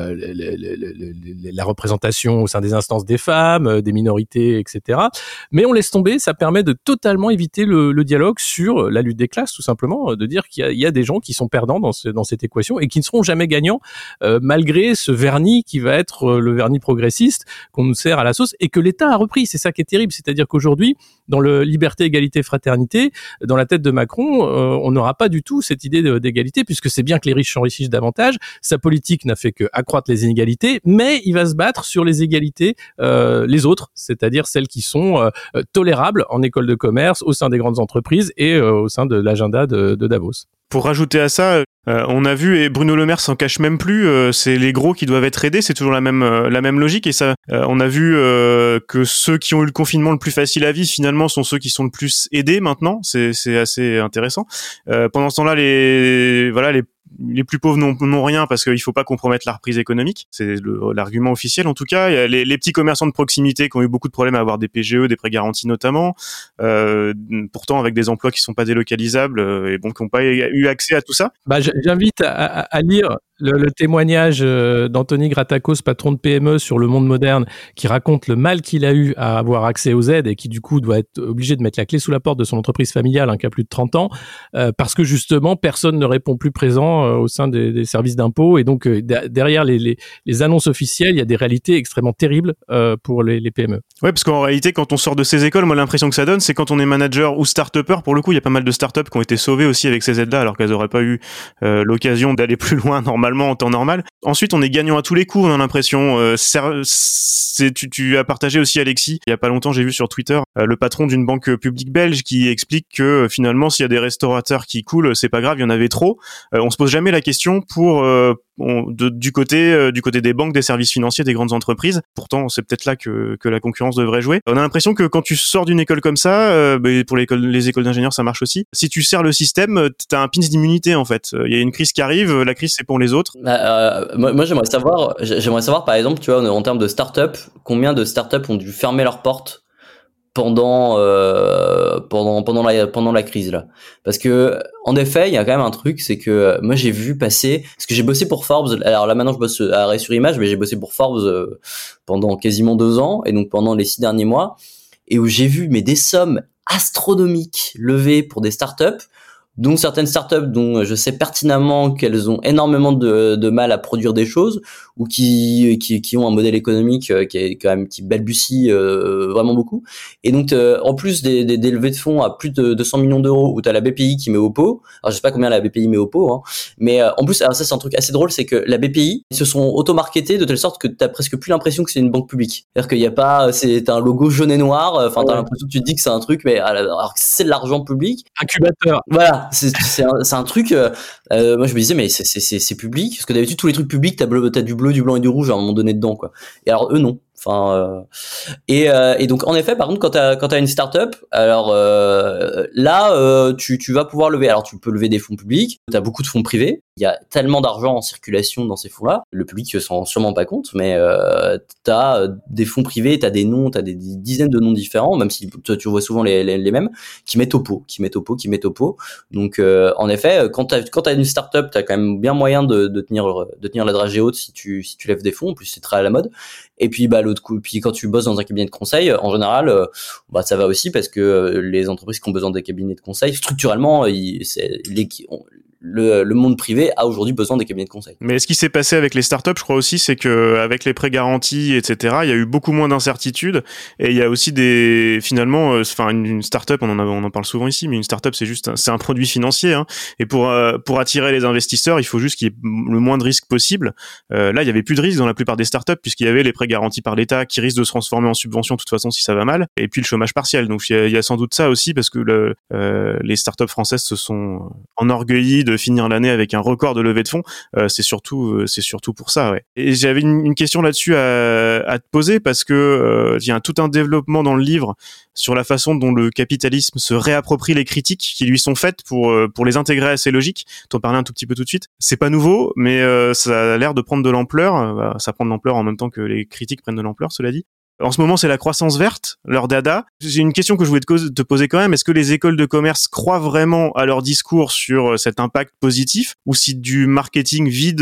la représentation au sein des instances des femmes, des minorités, etc. Mais on laisse tomber, ça permet de totalement éviter le dialogue sur la lutte des classes, tout simplement, de dire qu'il y a des gens qui sont perdants dans cette équation et qui ne seront jamais gagnants, malgré ce vernis qui va être le vernis progressiste qu'on nous sert à la sauce et que l'État a repris. C'est ça qui est terrible, c'est-à-dire qu'aujourd'hui, dans le liberté, égalité, fraternité, dans la tête de Macron, on n'aura pas du tout cette idée d'égalité, puisque c'est bien que les riches s'enrichissent davantage. Sa politique n'a fait que accroître les inégalités, mais il va se battre sur les égalités, les autres, c'est-à-dire celles qui sont tolérables en école de commerce, au sein des grandes entreprises et au sein de l'agenda de Davos. Pour rajouter à ça, on a vu, et Bruno Le Maire s'en cache même plus, c'est les gros qui doivent être aidés, c'est toujours la même logique, et ça, on a vu que ceux qui ont eu le confinement le plus facile à vivre, finalement, sont ceux qui sont le plus aidés maintenant, c'est assez intéressant. Pendant ce temps-là, les plus pauvres n'ont rien parce qu'il faut pas compromettre la reprise économique. C'est l'argument officiel en tout cas. Il y a les petits commerçants de proximité qui ont eu beaucoup de problèmes à avoir des PGE, des prêts garantis notamment. Pourtant avec des emplois qui sont pas délocalisables et bon qui n'ont pas eu accès à tout ça. J'invite à lire le témoignage d'Anthony Gratakos, patron de PME sur Le Monde Moderne, qui raconte le mal qu'il a eu à avoir accès aux aides et qui du coup doit être obligé de mettre la clé sous la porte de son entreprise familiale qui a plus de 30 ans, parce que justement personne ne répond plus présent au sein des services d'impôt et donc derrière les annonces officielles, il y a des réalités extrêmement terribles pour les PME. Ouais, parce qu'en réalité quand on sort de ces écoles, moi l'impression que ça donne, c'est quand on est manager ou start-upper, pour le coup il y a pas mal de start-up qui ont été sauvées aussi avec ces aides-là alors qu'elles auraient pas eu l'occasion d'aller plus loin normalement en temps normal. Ensuite, on est gagnant à tous les coups, on a l'impression. Tu as partagé aussi, Alexis, il y a pas longtemps, j'ai vu sur Twitter le patron d'une banque publique belge qui explique que finalement, s'il y a des restaurateurs qui coulent, c'est pas grave, il y en avait trop. On se pose jamais la question du côté des banques, des services financiers, des grandes entreprises. Pourtant, c'est peut-être là que la concurrence devrait jouer. On a l'impression que quand tu sors d'une école comme ça, pour les écoles d'ingénieurs, ça marche aussi. Si tu sers le système, t'as un pins d'immunité en fait. Il y a une crise qui arrive, la crise c'est pour les autres. Moi j'aimerais savoir par exemple, tu vois, en termes de start-up, combien de start-up ont dû fermer leurs portes pendant la crise là, parce que en effet il y a quand même un truc, c'est que moi j'ai vu passer, parce que j'ai bossé pour Forbes, alors là maintenant je bosse à Arrêt sur Image, mais j'ai bossé pour Forbes pendant quasiment 2 ans et donc pendant les 6 derniers mois, et où j'ai vu des sommes astronomiques levées pour des startups, dont certaines startups dont je sais pertinemment qu'elles ont énormément de mal à produire des choses, ou qui ont un modèle économique qui balbutie vraiment beaucoup. Et donc en plus des levées de fonds à plus de 200 millions d'euros, où t'as la BPI qui met au pot. Alors je sais pas combien la BPI met au pot, mais en plus, alors ça c'est un truc assez drôle, c'est que la BPI, ils se sont auto-marketés de telle sorte que t'as presque plus l'impression que c'est une banque publique. C'est-à-dire qu'il y a pas, t'as un logo jaune et noir, t'as l'impression que tu te dis que c'est un truc, mais alors que c'est de l'argent public. Incubateur. Voilà. C'est un truc, moi je me disais mais c'est public, parce que d'habitude tous les trucs publics t'as du bleu, du blanc et du rouge à un moment donné dedans quoi. Et alors eux non. Et donc en effet, par contre, quand t'as une start-up, alors là tu vas pouvoir lever. Alors tu peux lever des fonds publics, t'as beaucoup de fonds privés. Il y a tellement d'argent en circulation dans ces fonds-là, le public se rend sûrement pas compte, mais t'as des fonds privés, t'as des noms, t'as des dizaines de noms différents, même si tu vois souvent les mêmes, qui mettent au pot. Donc en effet, quand t'as une start-up, t'as quand même bien moyen de tenir la dragée haute si tu lèves des fonds. En plus c'est très à la mode. Et puis l'autre coup, puis quand tu bosses dans un cabinet de conseil, en général, ça va aussi, parce que les entreprises qui ont besoin des cabinets de conseil, structurellement, le monde privé a aujourd'hui besoin des cabinets de conseil. Mais ce qui s'est passé avec les startups, je crois aussi, c'est que avec les prêts garantis, etc., il y a eu beaucoup moins d'incertitudes et il y a aussi finalement, une startup, on en parle souvent ici, mais une startup c'est un produit financier, hein, et pour attirer les investisseurs, il faut juste qu'il y ait le moins de risques possible. Là, il y avait plus de risques dans la plupart des startups puisqu'il y avait les prêts garantis par l'État qui risquent de se transformer en subvention de toute façon si ça va mal, et puis le chômage partiel. Donc il y a sans doute ça aussi parce que les startups françaises se sont enorgueillies de finir l'année avec un record de levée de fonds. C'est surtout pour ça, ouais. Et j'avais une question là-dessus à te poser parce que il y a tout un développement dans le livre sur la façon dont le capitalisme se réapproprie les critiques qui lui sont faites pour les intégrer à ses logiques. T'en parlais un tout petit peu tout de suite. C'est pas nouveau, mais ça a l'air de prendre de l'ampleur. Ça prend de l'ampleur en même temps que les critiques prennent de l'ampleur, cela dit. En ce moment, c'est la croissance verte, leur dada. J'ai une question que je voulais te poser quand même. Est-ce que les écoles de commerce croient vraiment à leur discours sur cet impact positif ou si du marketing vide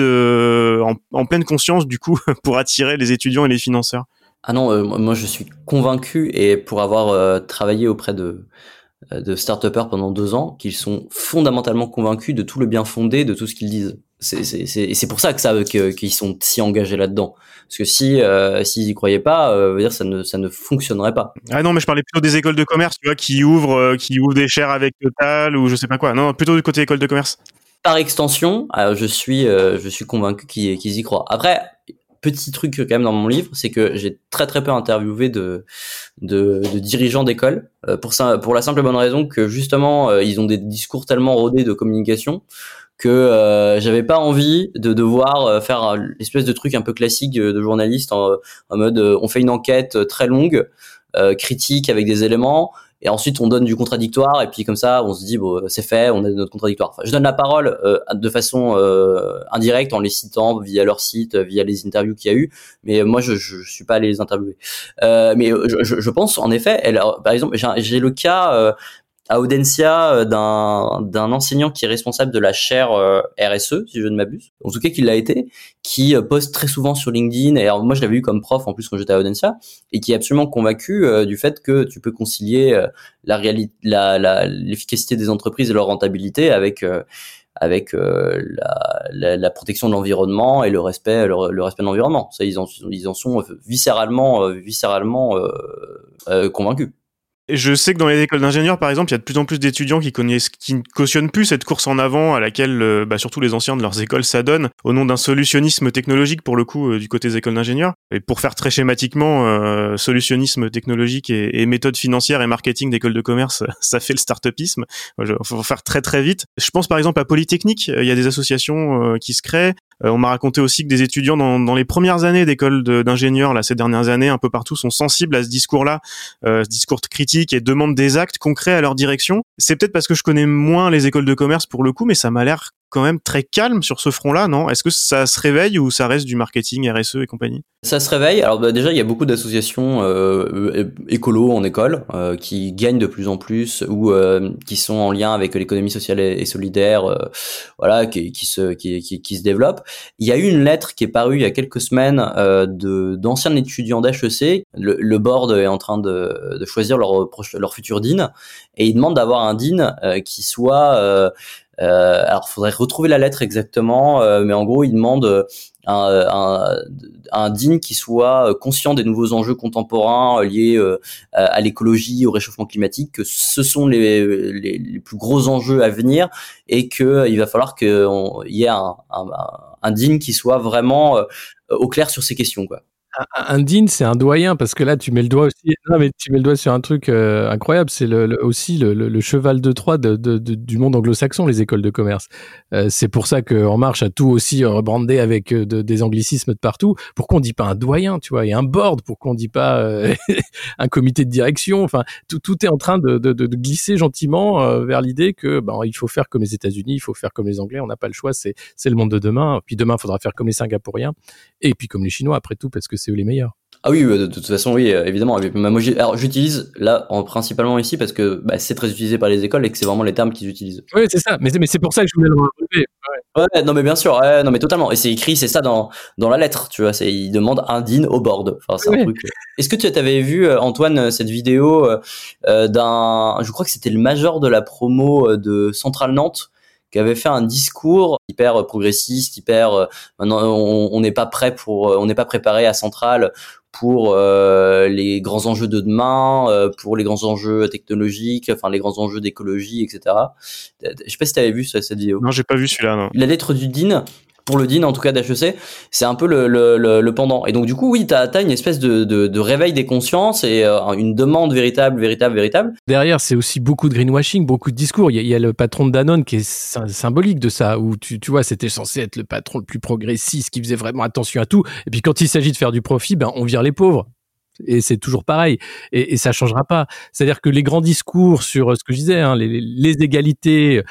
en pleine conscience, du coup, pour attirer les étudiants et les financeurs? Ah non, moi je suis convaincu, et pour avoir travaillé auprès de start-upers pendant 2 ans, qu'ils sont fondamentalement convaincus de tout le bien fondé de tout ce qu'ils disent. C'est pour ça qu'ils sont si engagés là-dedans. Parce que s'ils y croyaient pas, veut dire ça ne fonctionnerait pas. Ah non, mais je parlais plutôt des écoles de commerce, tu vois, qui ouvrent des chaires avec Total ou je sais pas quoi. Non, plutôt du côté école de commerce. Par extension, je suis convaincu qu'ils y croient. Après, petit truc quand même dans mon livre, c'est que j'ai très très peu interviewé de dirigeants d'école, pour la simple et bonne raison que justement ils ont des discours tellement rodés de communication que j'avais pas envie de devoir faire l'espèce de truc un peu classique de journaliste en mode on fait une enquête très longue, critique avec des éléments, et ensuite on donne du contradictoire, et puis comme ça on se dit bon c'est fait, on a notre contradictoire. Enfin, je donne la parole de façon indirecte en les citant via leur site, via les interviews qu'il y a eu, mais moi je suis pas allé les interviewer. Mais je pense en effet, par exemple j'ai le cas à Audencia d'un enseignant qui est responsable de la chaire RSE, si je ne m'abuse, en tout cas qui l'a été, qui poste très souvent sur LinkedIn, et alors moi je l'avais eu comme prof en plus quand j'étais à Audencia, et qui est absolument convaincu du fait que tu peux concilier l'efficacité des entreprises et leur rentabilité avec la protection de l'environnement et le respect de l'environnement. Ça, ils en sont viscéralement convaincus. Je sais que dans les écoles d'ingénieurs, par exemple, il y a de plus en plus d'étudiants qui ne cautionnent plus cette course en avant à laquelle, surtout les anciens de leurs écoles s'adonnent au nom d'un solutionnisme technologique, pour le coup, du côté des écoles d'ingénieurs. Et pour faire très schématiquement, solutionnisme technologique et méthode financière et marketing d'écoles de commerce, ça fait le start-upisme. Faut faire très très vite. Je pense par exemple à Polytechnique, il y a des associations qui se créent. On m'a raconté aussi que des étudiants dans les premières années d'école d'ingénieurs, là, ces dernières années, un peu partout, sont sensibles à ce discours-là, ce discours critique, et demandent des actes concrets à leur direction. C'est peut-être parce que je connais moins les écoles de commerce pour le coup, mais ça m'a l'air quand même très calme sur ce front-là, non? Est-ce que ça se réveille ou ça reste du marketing, RSE et compagnie? Ça se réveille. Alors déjà, il y a beaucoup d'associations écolo en école qui gagnent de plus en plus, ou qui sont en lien avec l'économie sociale et solidaire, voilà, qui se développent. Il y a eu une lettre qui est parue il y a quelques semaines d'anciens étudiants d'HEC. Le board est en train de choisir leur futur dean, et ils demandent d'avoir un dean qui soit alors, faudrait retrouver la lettre exactement, mais en gros, ils demandent un dean qui soit conscient des nouveaux enjeux contemporains liés à l'écologie, au réchauffement climatique, que ce sont les plus gros enjeux à venir, et que il va falloir qu'il y ait un dean qui soit vraiment au clair sur ces questions, quoi. Un dean, c'est un doyen, parce que là, tu mets le doigt aussi. Non, mais tu mets le doigt sur un truc incroyable. C'est aussi le cheval de Troie du monde anglo-saxon, les écoles de commerce. C'est pour ça que En Marche a tout aussi rebrandé avec des anglicismes de partout. Pourquoi on dit pas un doyen, tu vois, et un board? Pourquoi on dit pas un comité de direction? Enfin, tout est en train de glisser gentiment vers l'idée que il faut faire comme les États-Unis, il faut faire comme les Anglais. On n'a pas le choix. C'est le monde de demain. Puis demain, il faudra faire comme les Singapouriens, et puis comme les Chinois après tout, parce que c'est eux les meilleurs. Ah oui, de toute façon, oui, évidemment. Moi, j'utilise là principalement ici parce que c'est très utilisé par les écoles et que c'est vraiment les termes qu'ils utilisent. Oui, c'est ça. Mais c'est pour ça que je voulais le relever. Ouais, non, mais bien sûr. Non, mais totalement. Et c'est écrit, c'est ça dans la lettre, tu vois. Il demande un dean au board. Enfin, c'est un truc. Est-ce que tu avais vu, Antoine, cette vidéo je crois que c'était le major de la promo de Centrale Nantes, qui avait fait un discours hyper progressiste, maintenant on n'est pas préparé à Centrale pour les grands enjeux de demain, pour les grands enjeux technologiques, enfin les grands enjeux d'écologie, etc. Je sais pas si t'avais vu cette vidéo. Non, j'ai pas vu celui-là, non. La lettre du Dean, pour le Dean en tout cas d'HEC, c'est un peu le pendant. Et donc du coup, oui, t'as une espèce de réveil des consciences et une demande véritable. Derrière, c'est aussi beaucoup de greenwashing, beaucoup de discours. Il y a le patron de Danone qui est symbolique de ça, où tu vois, c'était censé être le patron le plus progressiste, qui faisait vraiment attention à tout. Et puis quand il s'agit de faire du profit, on vire les pauvres. Et c'est toujours pareil, et ça changera pas. C'est-à-dire que les grands discours sur ce que je disais, hein, les égalités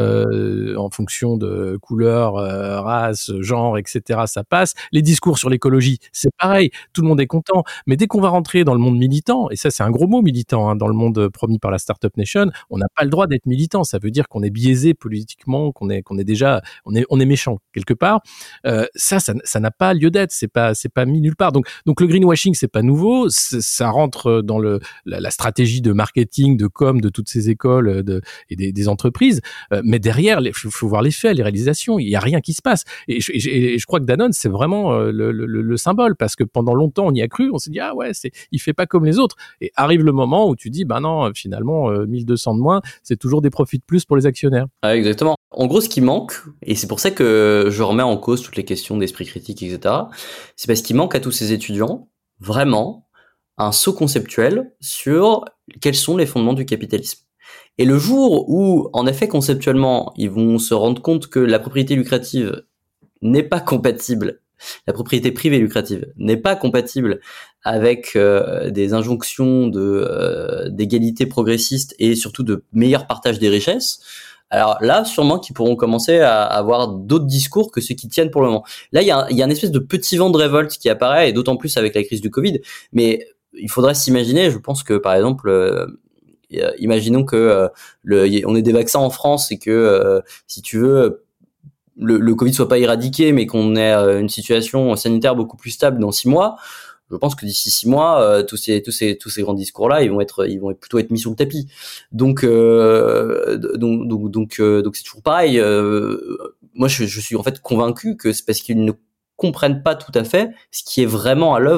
en fonction de couleur, race, genre, etc., ça passe. Les discours sur l'écologie, c'est pareil. Tout le monde est content. Mais dès qu'on va rentrer dans le monde militant, et ça c'est un gros mot militant, hein, dans le monde promis par la Startup Nation, on n'a pas le droit d'être militant. Ça veut dire qu'on est biaisé politiquement, qu'on est déjà, on est méchant quelque part. Ça n'a pas lieu d'être. C'est pas mis nulle part. Donc le greenwashing, c'est pas nouveau. Ça rentre dans la stratégie de marketing, de com de toutes ces écoles et des entreprises. Mais derrière, il faut voir les faits, les réalisations. Il y a rien qui se passe. Et je crois que Danone, c'est vraiment le symbole, parce que pendant longtemps, on y a cru. On s'est dit, ah ouais, il fait pas comme les autres. Et arrive le moment où tu dis, non, finalement, 1200 de moins, c'est toujours des profits de plus pour les actionnaires. Ah, exactement. En gros, ce qui manque, et c'est pour ça que je remets en cause toutes les questions d'esprit critique, etc., c'est parce qu'il manque à tous ces étudiants, vraiment, un saut conceptuel sur quels sont les fondements du capitalisme. Et le jour où, en effet, conceptuellement, ils vont se rendre compte que la propriété lucrative n'est pas compatible, la propriété privée lucrative n'est pas compatible avec des injonctions d'égalité progressiste et surtout de meilleur partage des richesses, alors là, sûrement qu'ils pourront commencer à avoir d'autres discours que ceux qui tiennent pour le moment. Là, il y a un espèce de petit vent de révolte qui apparaît, et d'autant plus avec la crise du Covid. Mais il faudrait s'imaginer, je pense que par exemple, imaginons que on ait des vaccins en France et que, si tu veux, le Covid soit pas éradiqué, mais qu'on ait une situation sanitaire beaucoup plus stable dans 6 mois. Je pense que d'ici 6 mois, tous ces grands discours-là, ils vont plutôt être mis sur le tapis. Donc c'est toujours pareil. Moi, je suis en fait convaincu que c'est parce qu'ils ne comprennent pas tout à fait ce qui est vraiment à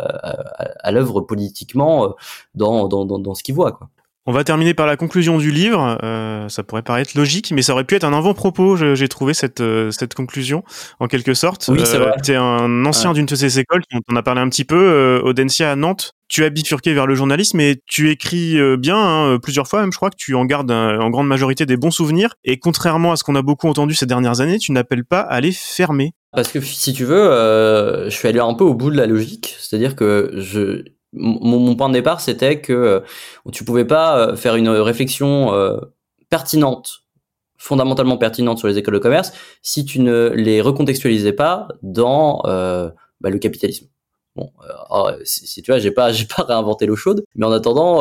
l'œuvre politiquement dans ce qu'ils voient, quoi. On va terminer par la conclusion du livre. Ça pourrait paraître logique, mais ça aurait pu être un avant-propos. J'ai trouvé cette conclusion, en quelque sorte. Oui, c'est vrai. T'es un ancien d'une de ces écoles, on en a parlé un petit peu, Audencia à Nantes. Tu as bifurqué vers le journalisme et tu écris bien, hein, plusieurs fois même, je crois que tu en gardes en grande majorité des bons souvenirs. Et contrairement à ce qu'on a beaucoup entendu ces dernières années, tu n'appelles pas à les fermer. Parce que si tu veux, je suis allé un peu au bout de la logique. C'est-à-dire que mon point de départ, c'était que tu pouvais pas faire une réflexion pertinente, fondamentalement pertinente sur les écoles de commerce si tu ne les recontextualisais pas dans le capitalisme. Bon, si tu vois, j'ai pas réinventé l'eau chaude, mais en attendant,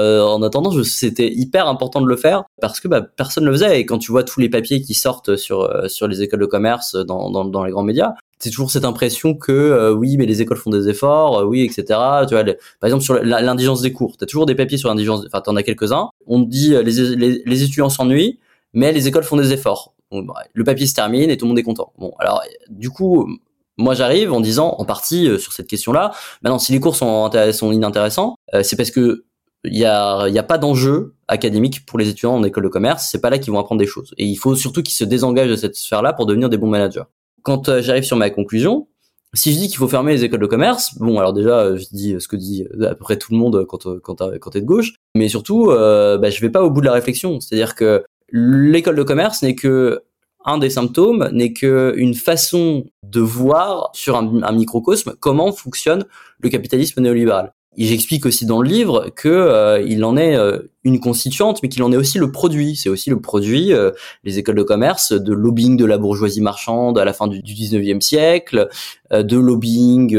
c'était hyper important de le faire parce que personne le faisait. Et quand tu vois tous les papiers qui sortent sur les écoles de commerce dans les grands médias, c'est toujours cette impression que oui, mais les écoles font des efforts, oui, etc. Tu vois, par exemple sur l'indigence des cours, t'as toujours des papiers sur l'indigence. Enfin, t'en as quelques-uns. On te dit les étudiants s'ennuient, mais les écoles font des efforts. Donc, le papier se termine et tout le monde est content. Bon, alors du coup. Moi, j'arrive en disant, en partie, sur cette question-là, maintenant, si les cours sont inintéressants, c'est parce que il y a pas d'enjeu académique pour les étudiants en école de commerce. C'est pas là qu'ils vont apprendre des choses. Et il faut surtout qu'ils se désengagent de cette sphère-là pour devenir des bons managers. Quand j'arrive sur ma conclusion, si je dis qu'il faut fermer les écoles de commerce, bon, alors déjà, je dis ce que dit à peu près tout le monde quand t'es de gauche, mais surtout, je vais pas au bout de la réflexion. C'est-à-dire que l'école de commerce n'est que un des symptômes, n'est qu'une façon de voir sur un microcosme comment fonctionne le capitalisme néolibéral. Et j'explique aussi dans le livre que il en est une constituante, mais qu'il en est aussi le produit. C'est aussi le produit, les écoles de commerce, de lobbying de la bourgeoisie marchande à la fin du 19e siècle, de lobbying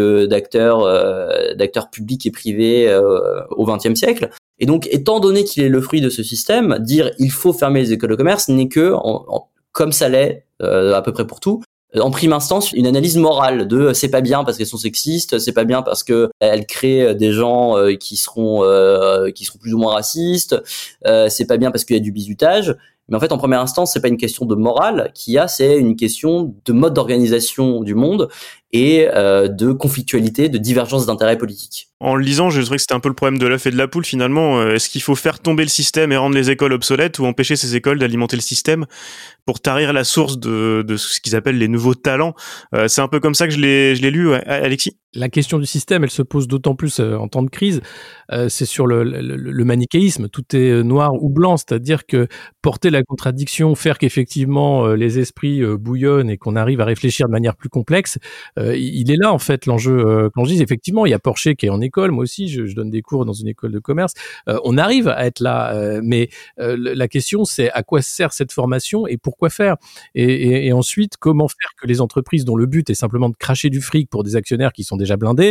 d'acteurs publics et privés au 20e siècle. Et donc, étant donné qu'il est le fruit de ce système, dire il faut fermer les écoles de commerce n'est que comme ça l'est à peu près pour tout, en prime instance, une analyse morale de c'est pas bien parce qu'elles sont sexistes, c'est pas bien parce que elles créent des gens qui seront plus ou moins racistes, c'est pas bien parce qu'il y a du bizutage. Mais en fait, en première instance, c'est pas une question de morale c'est une question de mode d'organisation du monde et de conflictualité, de divergence d'intérêts politiques. En le lisant, je trouvais que c'était un peu le problème de l'œuf et de la poule finalement. Est-ce qu'il faut faire tomber le système et rendre les écoles obsolètes ou empêcher ces écoles d'alimenter le système pour tarir la source de ce qu'ils appellent les nouveaux talents? C'est un peu comme ça que je l'ai lu, ouais. Alexis? La question du système, elle se pose d'autant plus en temps de crise. C'est sur le manichéisme. Tout est noir ou blanc, c'est-à-dire que porter la contradiction, faire qu'effectivement les esprits bouillonnent et qu'on arrive à réfléchir de manière plus complexe, il est là en fait l'enjeu. Quand je dis effectivement, il y a Porcher qui est en école, moi aussi je donne des cours dans une école de commerce. On arrive à être là, mais la question c'est à quoi sert cette formation et pourquoi faire, et ensuite comment faire que les entreprises dont le but est simplement de cracher du fric pour des actionnaires qui sont déjà blindés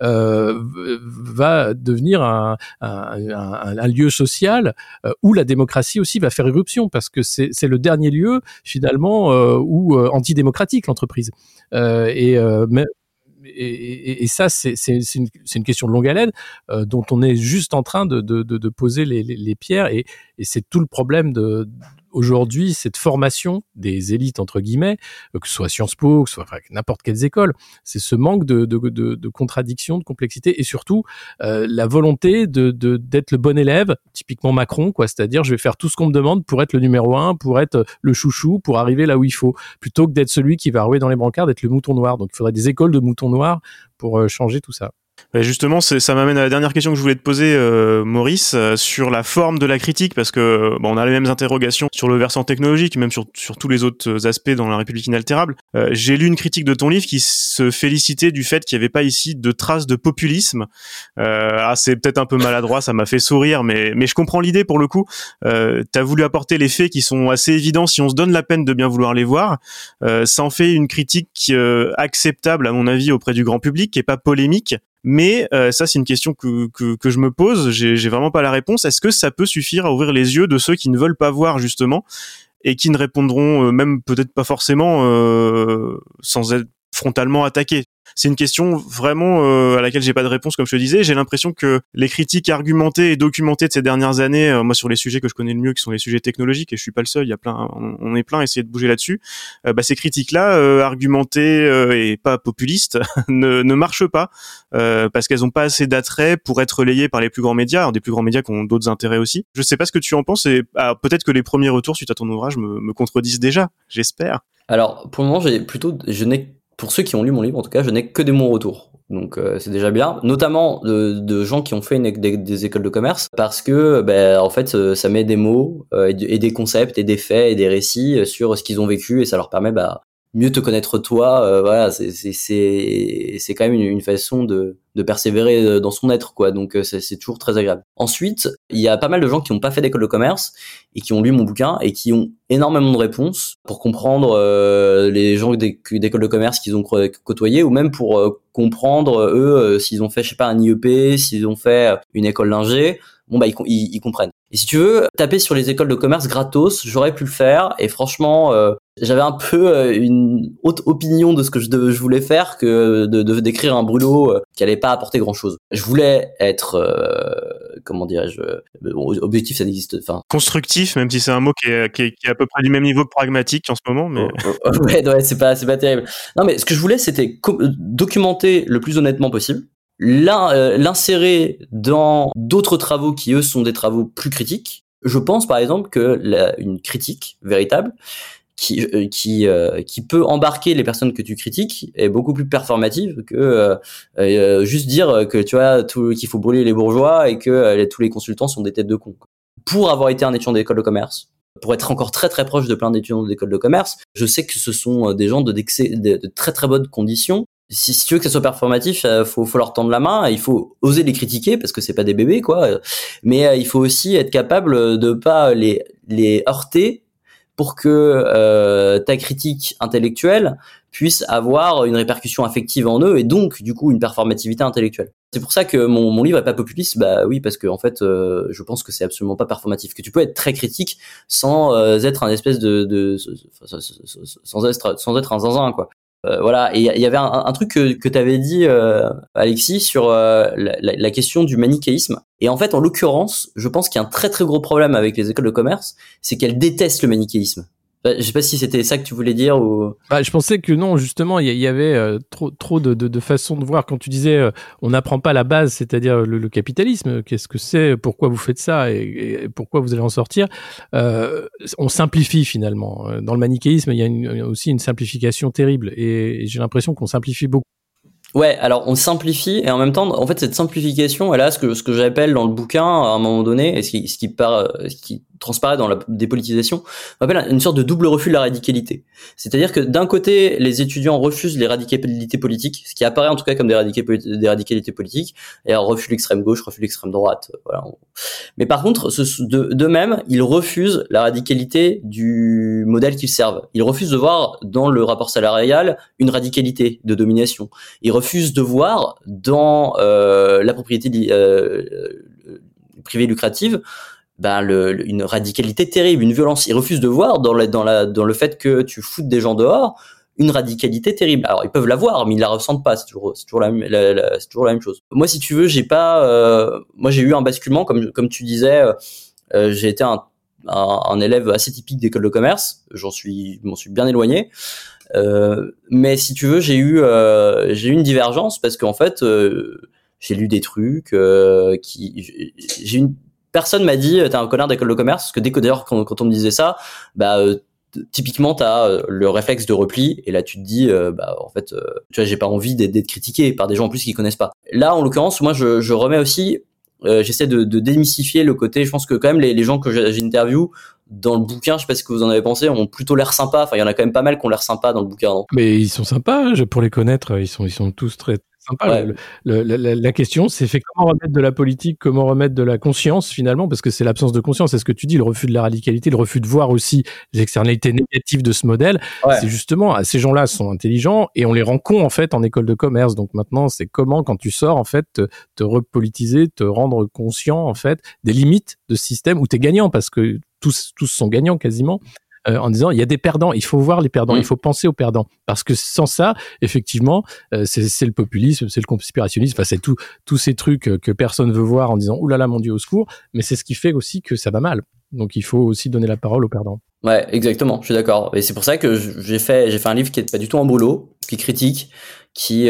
va devenir un lieu social où la démocratie aussi va faire irruption, parce que c'est le dernier lieu finalement où antidémocratique l'entreprise, et ça c'est une question de longue haleine dont on est juste en train de poser les pierres, et c'est tout le problème aujourd'hui, cette formation des élites entre guillemets, que ce soit Sciences Po, que ce soit n'importe quelles écoles, c'est ce manque de contradiction, de complexité, et surtout la volonté d'être le bon élève, typiquement Macron, quoi. C'est-à-dire, je vais faire tout ce qu'on me demande pour être le numéro 1, pour être le chouchou, pour arriver là où il faut, plutôt que d'être celui qui va rouler dans les brancards, d'être le mouton noir. Donc, il faudrait des écoles de moutons noirs pour changer tout ça. Justement, ça m'amène à la dernière question que je voulais te poser, Maurice, sur la forme de la critique, parce que on a les mêmes interrogations sur le versant technologique, même sur tous les autres aspects dans La République inaltérable. J'ai lu une critique de ton livre qui se félicitait du fait qu'il n'y avait pas ici de traces de populisme. C'est peut-être un peu maladroit, ça m'a fait sourire, mais je comprends l'idée pour le coup. T'as voulu apporter les faits qui sont assez évidents si on se donne la peine de bien vouloir les voir. Ça en fait une critique acceptable, à mon avis, auprès du grand public, qui est pas polémique. Mais ça, c'est une question que je me pose. J'ai vraiment pas la réponse. Est-ce que ça peut suffire à ouvrir les yeux de ceux qui ne veulent pas voir justement et qui ne répondront même peut-être pas forcément sans être frontalement attaqués? C'est une question vraiment à laquelle j'ai pas de réponse, comme je te disais. J'ai l'impression que les critiques argumentées et documentées de ces dernières années, moi sur les sujets que je connais le mieux, qui sont les sujets technologiques, et je suis pas le seul, il y a plein, on est plein à essayer de bouger là-dessus. Ces critiques-là, argumentées et pas populistes, ne marchent pas parce qu'elles ont pas assez d'attrait pour être relayées par les plus grands médias, des plus grands médias qui ont d'autres intérêts aussi. Je sais pas ce que tu en penses, et peut-être que les premiers retours suite à ton ouvrage me contredisent déjà, j'espère. Alors pour le moment, pour ceux qui ont lu mon livre, en tout cas, je n'ai que des bons retours. Donc c'est déjà bien, notamment de gens qui ont fait des écoles de commerce, parce que en fait ça met des mots et des concepts et des faits et des récits sur ce qu'ils ont vécu, et ça leur permet mieux te connaître toi. Voilà, c'est quand même une façon de persévérer dans son être, quoi. Donc c'est toujours très agréable. Ensuite, il y a pas mal de gens qui n'ont pas fait d'école de commerce et qui ont lu mon bouquin et qui ont énormément de réponses pour comprendre les gens d'école de commerce qu'ils ont côtoyés, ou même pour comprendre eux s'ils ont fait, je sais pas, un IEP, s'ils ont fait une école d'ingé. Ils comprennent. Et si tu veux taper sur les écoles de commerce gratos, j'aurais pu le faire, et franchement j'avais un peu une haute opinion de ce que je voulais faire que d'écrire un brûlot qui allait pas apporter grand chose. Je voulais être comment dirais-je, objectif, ça n'existe, constructif, même si c'est un mot qui est à peu près du même niveau que pragmatique en ce moment, mais ouais, c'est pas terrible. Non, mais ce que je voulais, c'était documenter le plus honnêtement possible, l'insérer dans d'autres travaux qui eux sont des travaux plus critiques. Je pense par exemple que une critique véritable qui peut embarquer les personnes que tu critiques est beaucoup plus performative que juste dire que tu vois qu'il faut brûler les bourgeois et que tous les consultants sont des têtes de cons. Pour avoir été un étudiant d'école de commerce, pour être encore très très proche de plein d'étudiants d'école de commerce, je sais que ce sont des gens de très très bonnes conditions. Si tu veux que ça soit performatif, faut leur tendre la main, il faut oser les critiquer parce que c'est pas des bébés, quoi. Mais il faut aussi être capable de pas les heurter pour que ta critique intellectuelle puisse avoir une répercussion affective en eux et donc du coup une performativité intellectuelle. C'est pour ça que mon livre est pas populiste, oui, parce que en fait je pense que c'est absolument pas performatif, que tu peux être très critique sans être un espèce sans être un zinzin, quoi. Voilà, et il y avait un truc que tu avais dit, Alexis, sur la question du manichéisme. Et en fait, en l'occurrence, je pense qu'il y a un très très gros problème avec les écoles de commerce, c'est qu'elles détestent le manichéisme. Je sais pas si c'était ça que tu voulais dire ou. Je pensais que non, justement, il y avait trop de façons de voir. Quand tu disais, on n'apprend pas la base, c'est-à-dire le capitalisme. Qu'est-ce que c'est ? Pourquoi vous faites ça et pourquoi vous allez en sortir ? On simplifie finalement. Dans le manichéisme, il y a aussi une simplification terrible, et j'ai l'impression qu'on simplifie beaucoup. Ouais, alors on simplifie, et en même temps, en fait, cette simplification, elle a ce que j'appelle dans le bouquin à un moment donné, et ce qui transparaît dans la dépolitisation, on appelle une sorte de double refus de la radicalité. C'est-à-dire que d'un côté, les étudiants refusent les radicalités politiques, ce qui apparaît en tout cas comme des radicalités politiques, et alors refusent l'extrême gauche, refusent l'extrême droite, voilà. Mais par contre, de même, ils refusent la radicalité du modèle qu'ils servent. Ils refusent de voir dans le rapport salarial une radicalité de domination. Ils refusent de voir dans la propriété privée lucrative une radicalité terrible, une violence. Ils refusent de voir dans le fait que tu foutes des gens dehors une radicalité terrible. Alors ils peuvent la voir, mais ils la ressentent pas. C'est toujours la même chose. Moi, si tu veux, moi j'ai eu un basculement, comme tu disais. J'ai été un élève assez typique d'école de commerce. Je m'en suis bien éloigné. Mais si tu veux, j'ai eu une divergence parce qu'en fait, j'ai lu des trucs personne m'a dit t'es un connard d'école de commerce, parce que d'ailleurs quand on me disait ça, typiquement t'as le réflexe de repli, et là tu te dis en fait tu vois, j'ai pas envie d'être critiqué par des gens en plus qui connaissent pas. Là en l'occurrence, moi je remets aussi, j'essaie de démystifier le côté. Je pense que quand même les gens que j'interviewe dans le bouquin, je sais pas ce que vous en avez pensé, ont plutôt l'air sympas. Enfin, il y en a quand même pas mal qui ont l'air sympas dans le bouquin. Non ? Mais ils sont sympas, pour les connaître, ils sont tous très sympas. Ouais. La question, c'est comment remettre de la politique, comment remettre de la conscience finalement, parce que c'est l'absence de conscience. C'est ce que tu dis, le refus de la radicalité, le refus de voir aussi les externalités négatives de ce modèle. Ouais. C'est justement, ces gens-là sont intelligents et on les rend cons en fait en école de commerce. Donc maintenant, c'est comment, quand tu sors en fait, te repolitiser, te rendre conscient en fait des limites de ce système où t'es gagnant, parce que tous sont gagnants quasiment. En disant il y a des perdants, il faut voir les perdants, il faut penser aux perdants, parce que sans ça, effectivement, c'est le populisme, c'est le conspirationnisme, enfin c'est tous ces trucs que personne veut voir en disant oulala mon Dieu au secours, mais c'est ce qui fait aussi que ça va mal. Donc il faut aussi donner la parole aux perdants. Ouais, exactement, je suis d'accord. Et c'est pour ça que j'ai fait un livre qui est pas du tout en boulot, qui critique, qui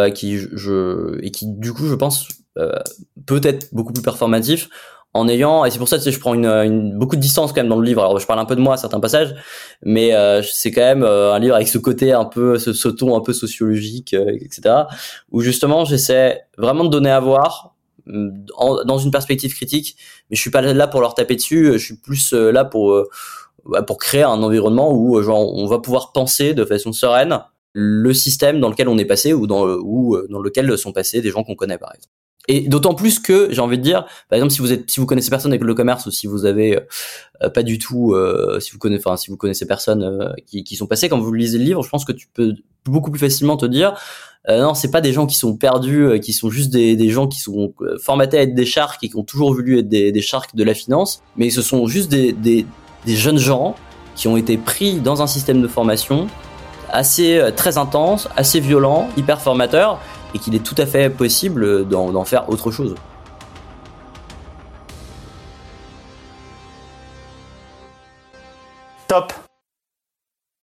du coup je pense peut être beaucoup plus performatif. Et c'est pour ça que je prends beaucoup de distance quand même dans le livre. Alors je parle un peu de moi à certains passages, mais c'est quand même un livre avec ce côté un peu, ce ton un peu sociologique, etc. Où justement j'essaie vraiment de donner à voir dans une perspective critique, mais je suis pas là pour leur taper dessus. Je suis plus là pour créer un environnement où on va pouvoir penser de façon sereine le système dans lequel on est passé, ou dans lequel sont passés des gens qu'on connaît par exemple. Et d'autant plus que, j'ai envie de dire, par exemple, si vous connaissez personne avec le commerce, ou si vous avez pas du tout, si vous connaissez personne qui sont passés, quand vous lisez le livre, je pense que tu peux beaucoup plus facilement te dire, non, c'est pas des gens qui sont perdus, qui sont juste des gens qui sont formatés à être des sharks et qui ont toujours voulu être des sharks de la finance, mais ce sont juste des jeunes gens qui ont été pris dans un système de formation très intense, assez violent, hyper formateur, et qu'il est tout à fait possible d'en faire autre chose. Top.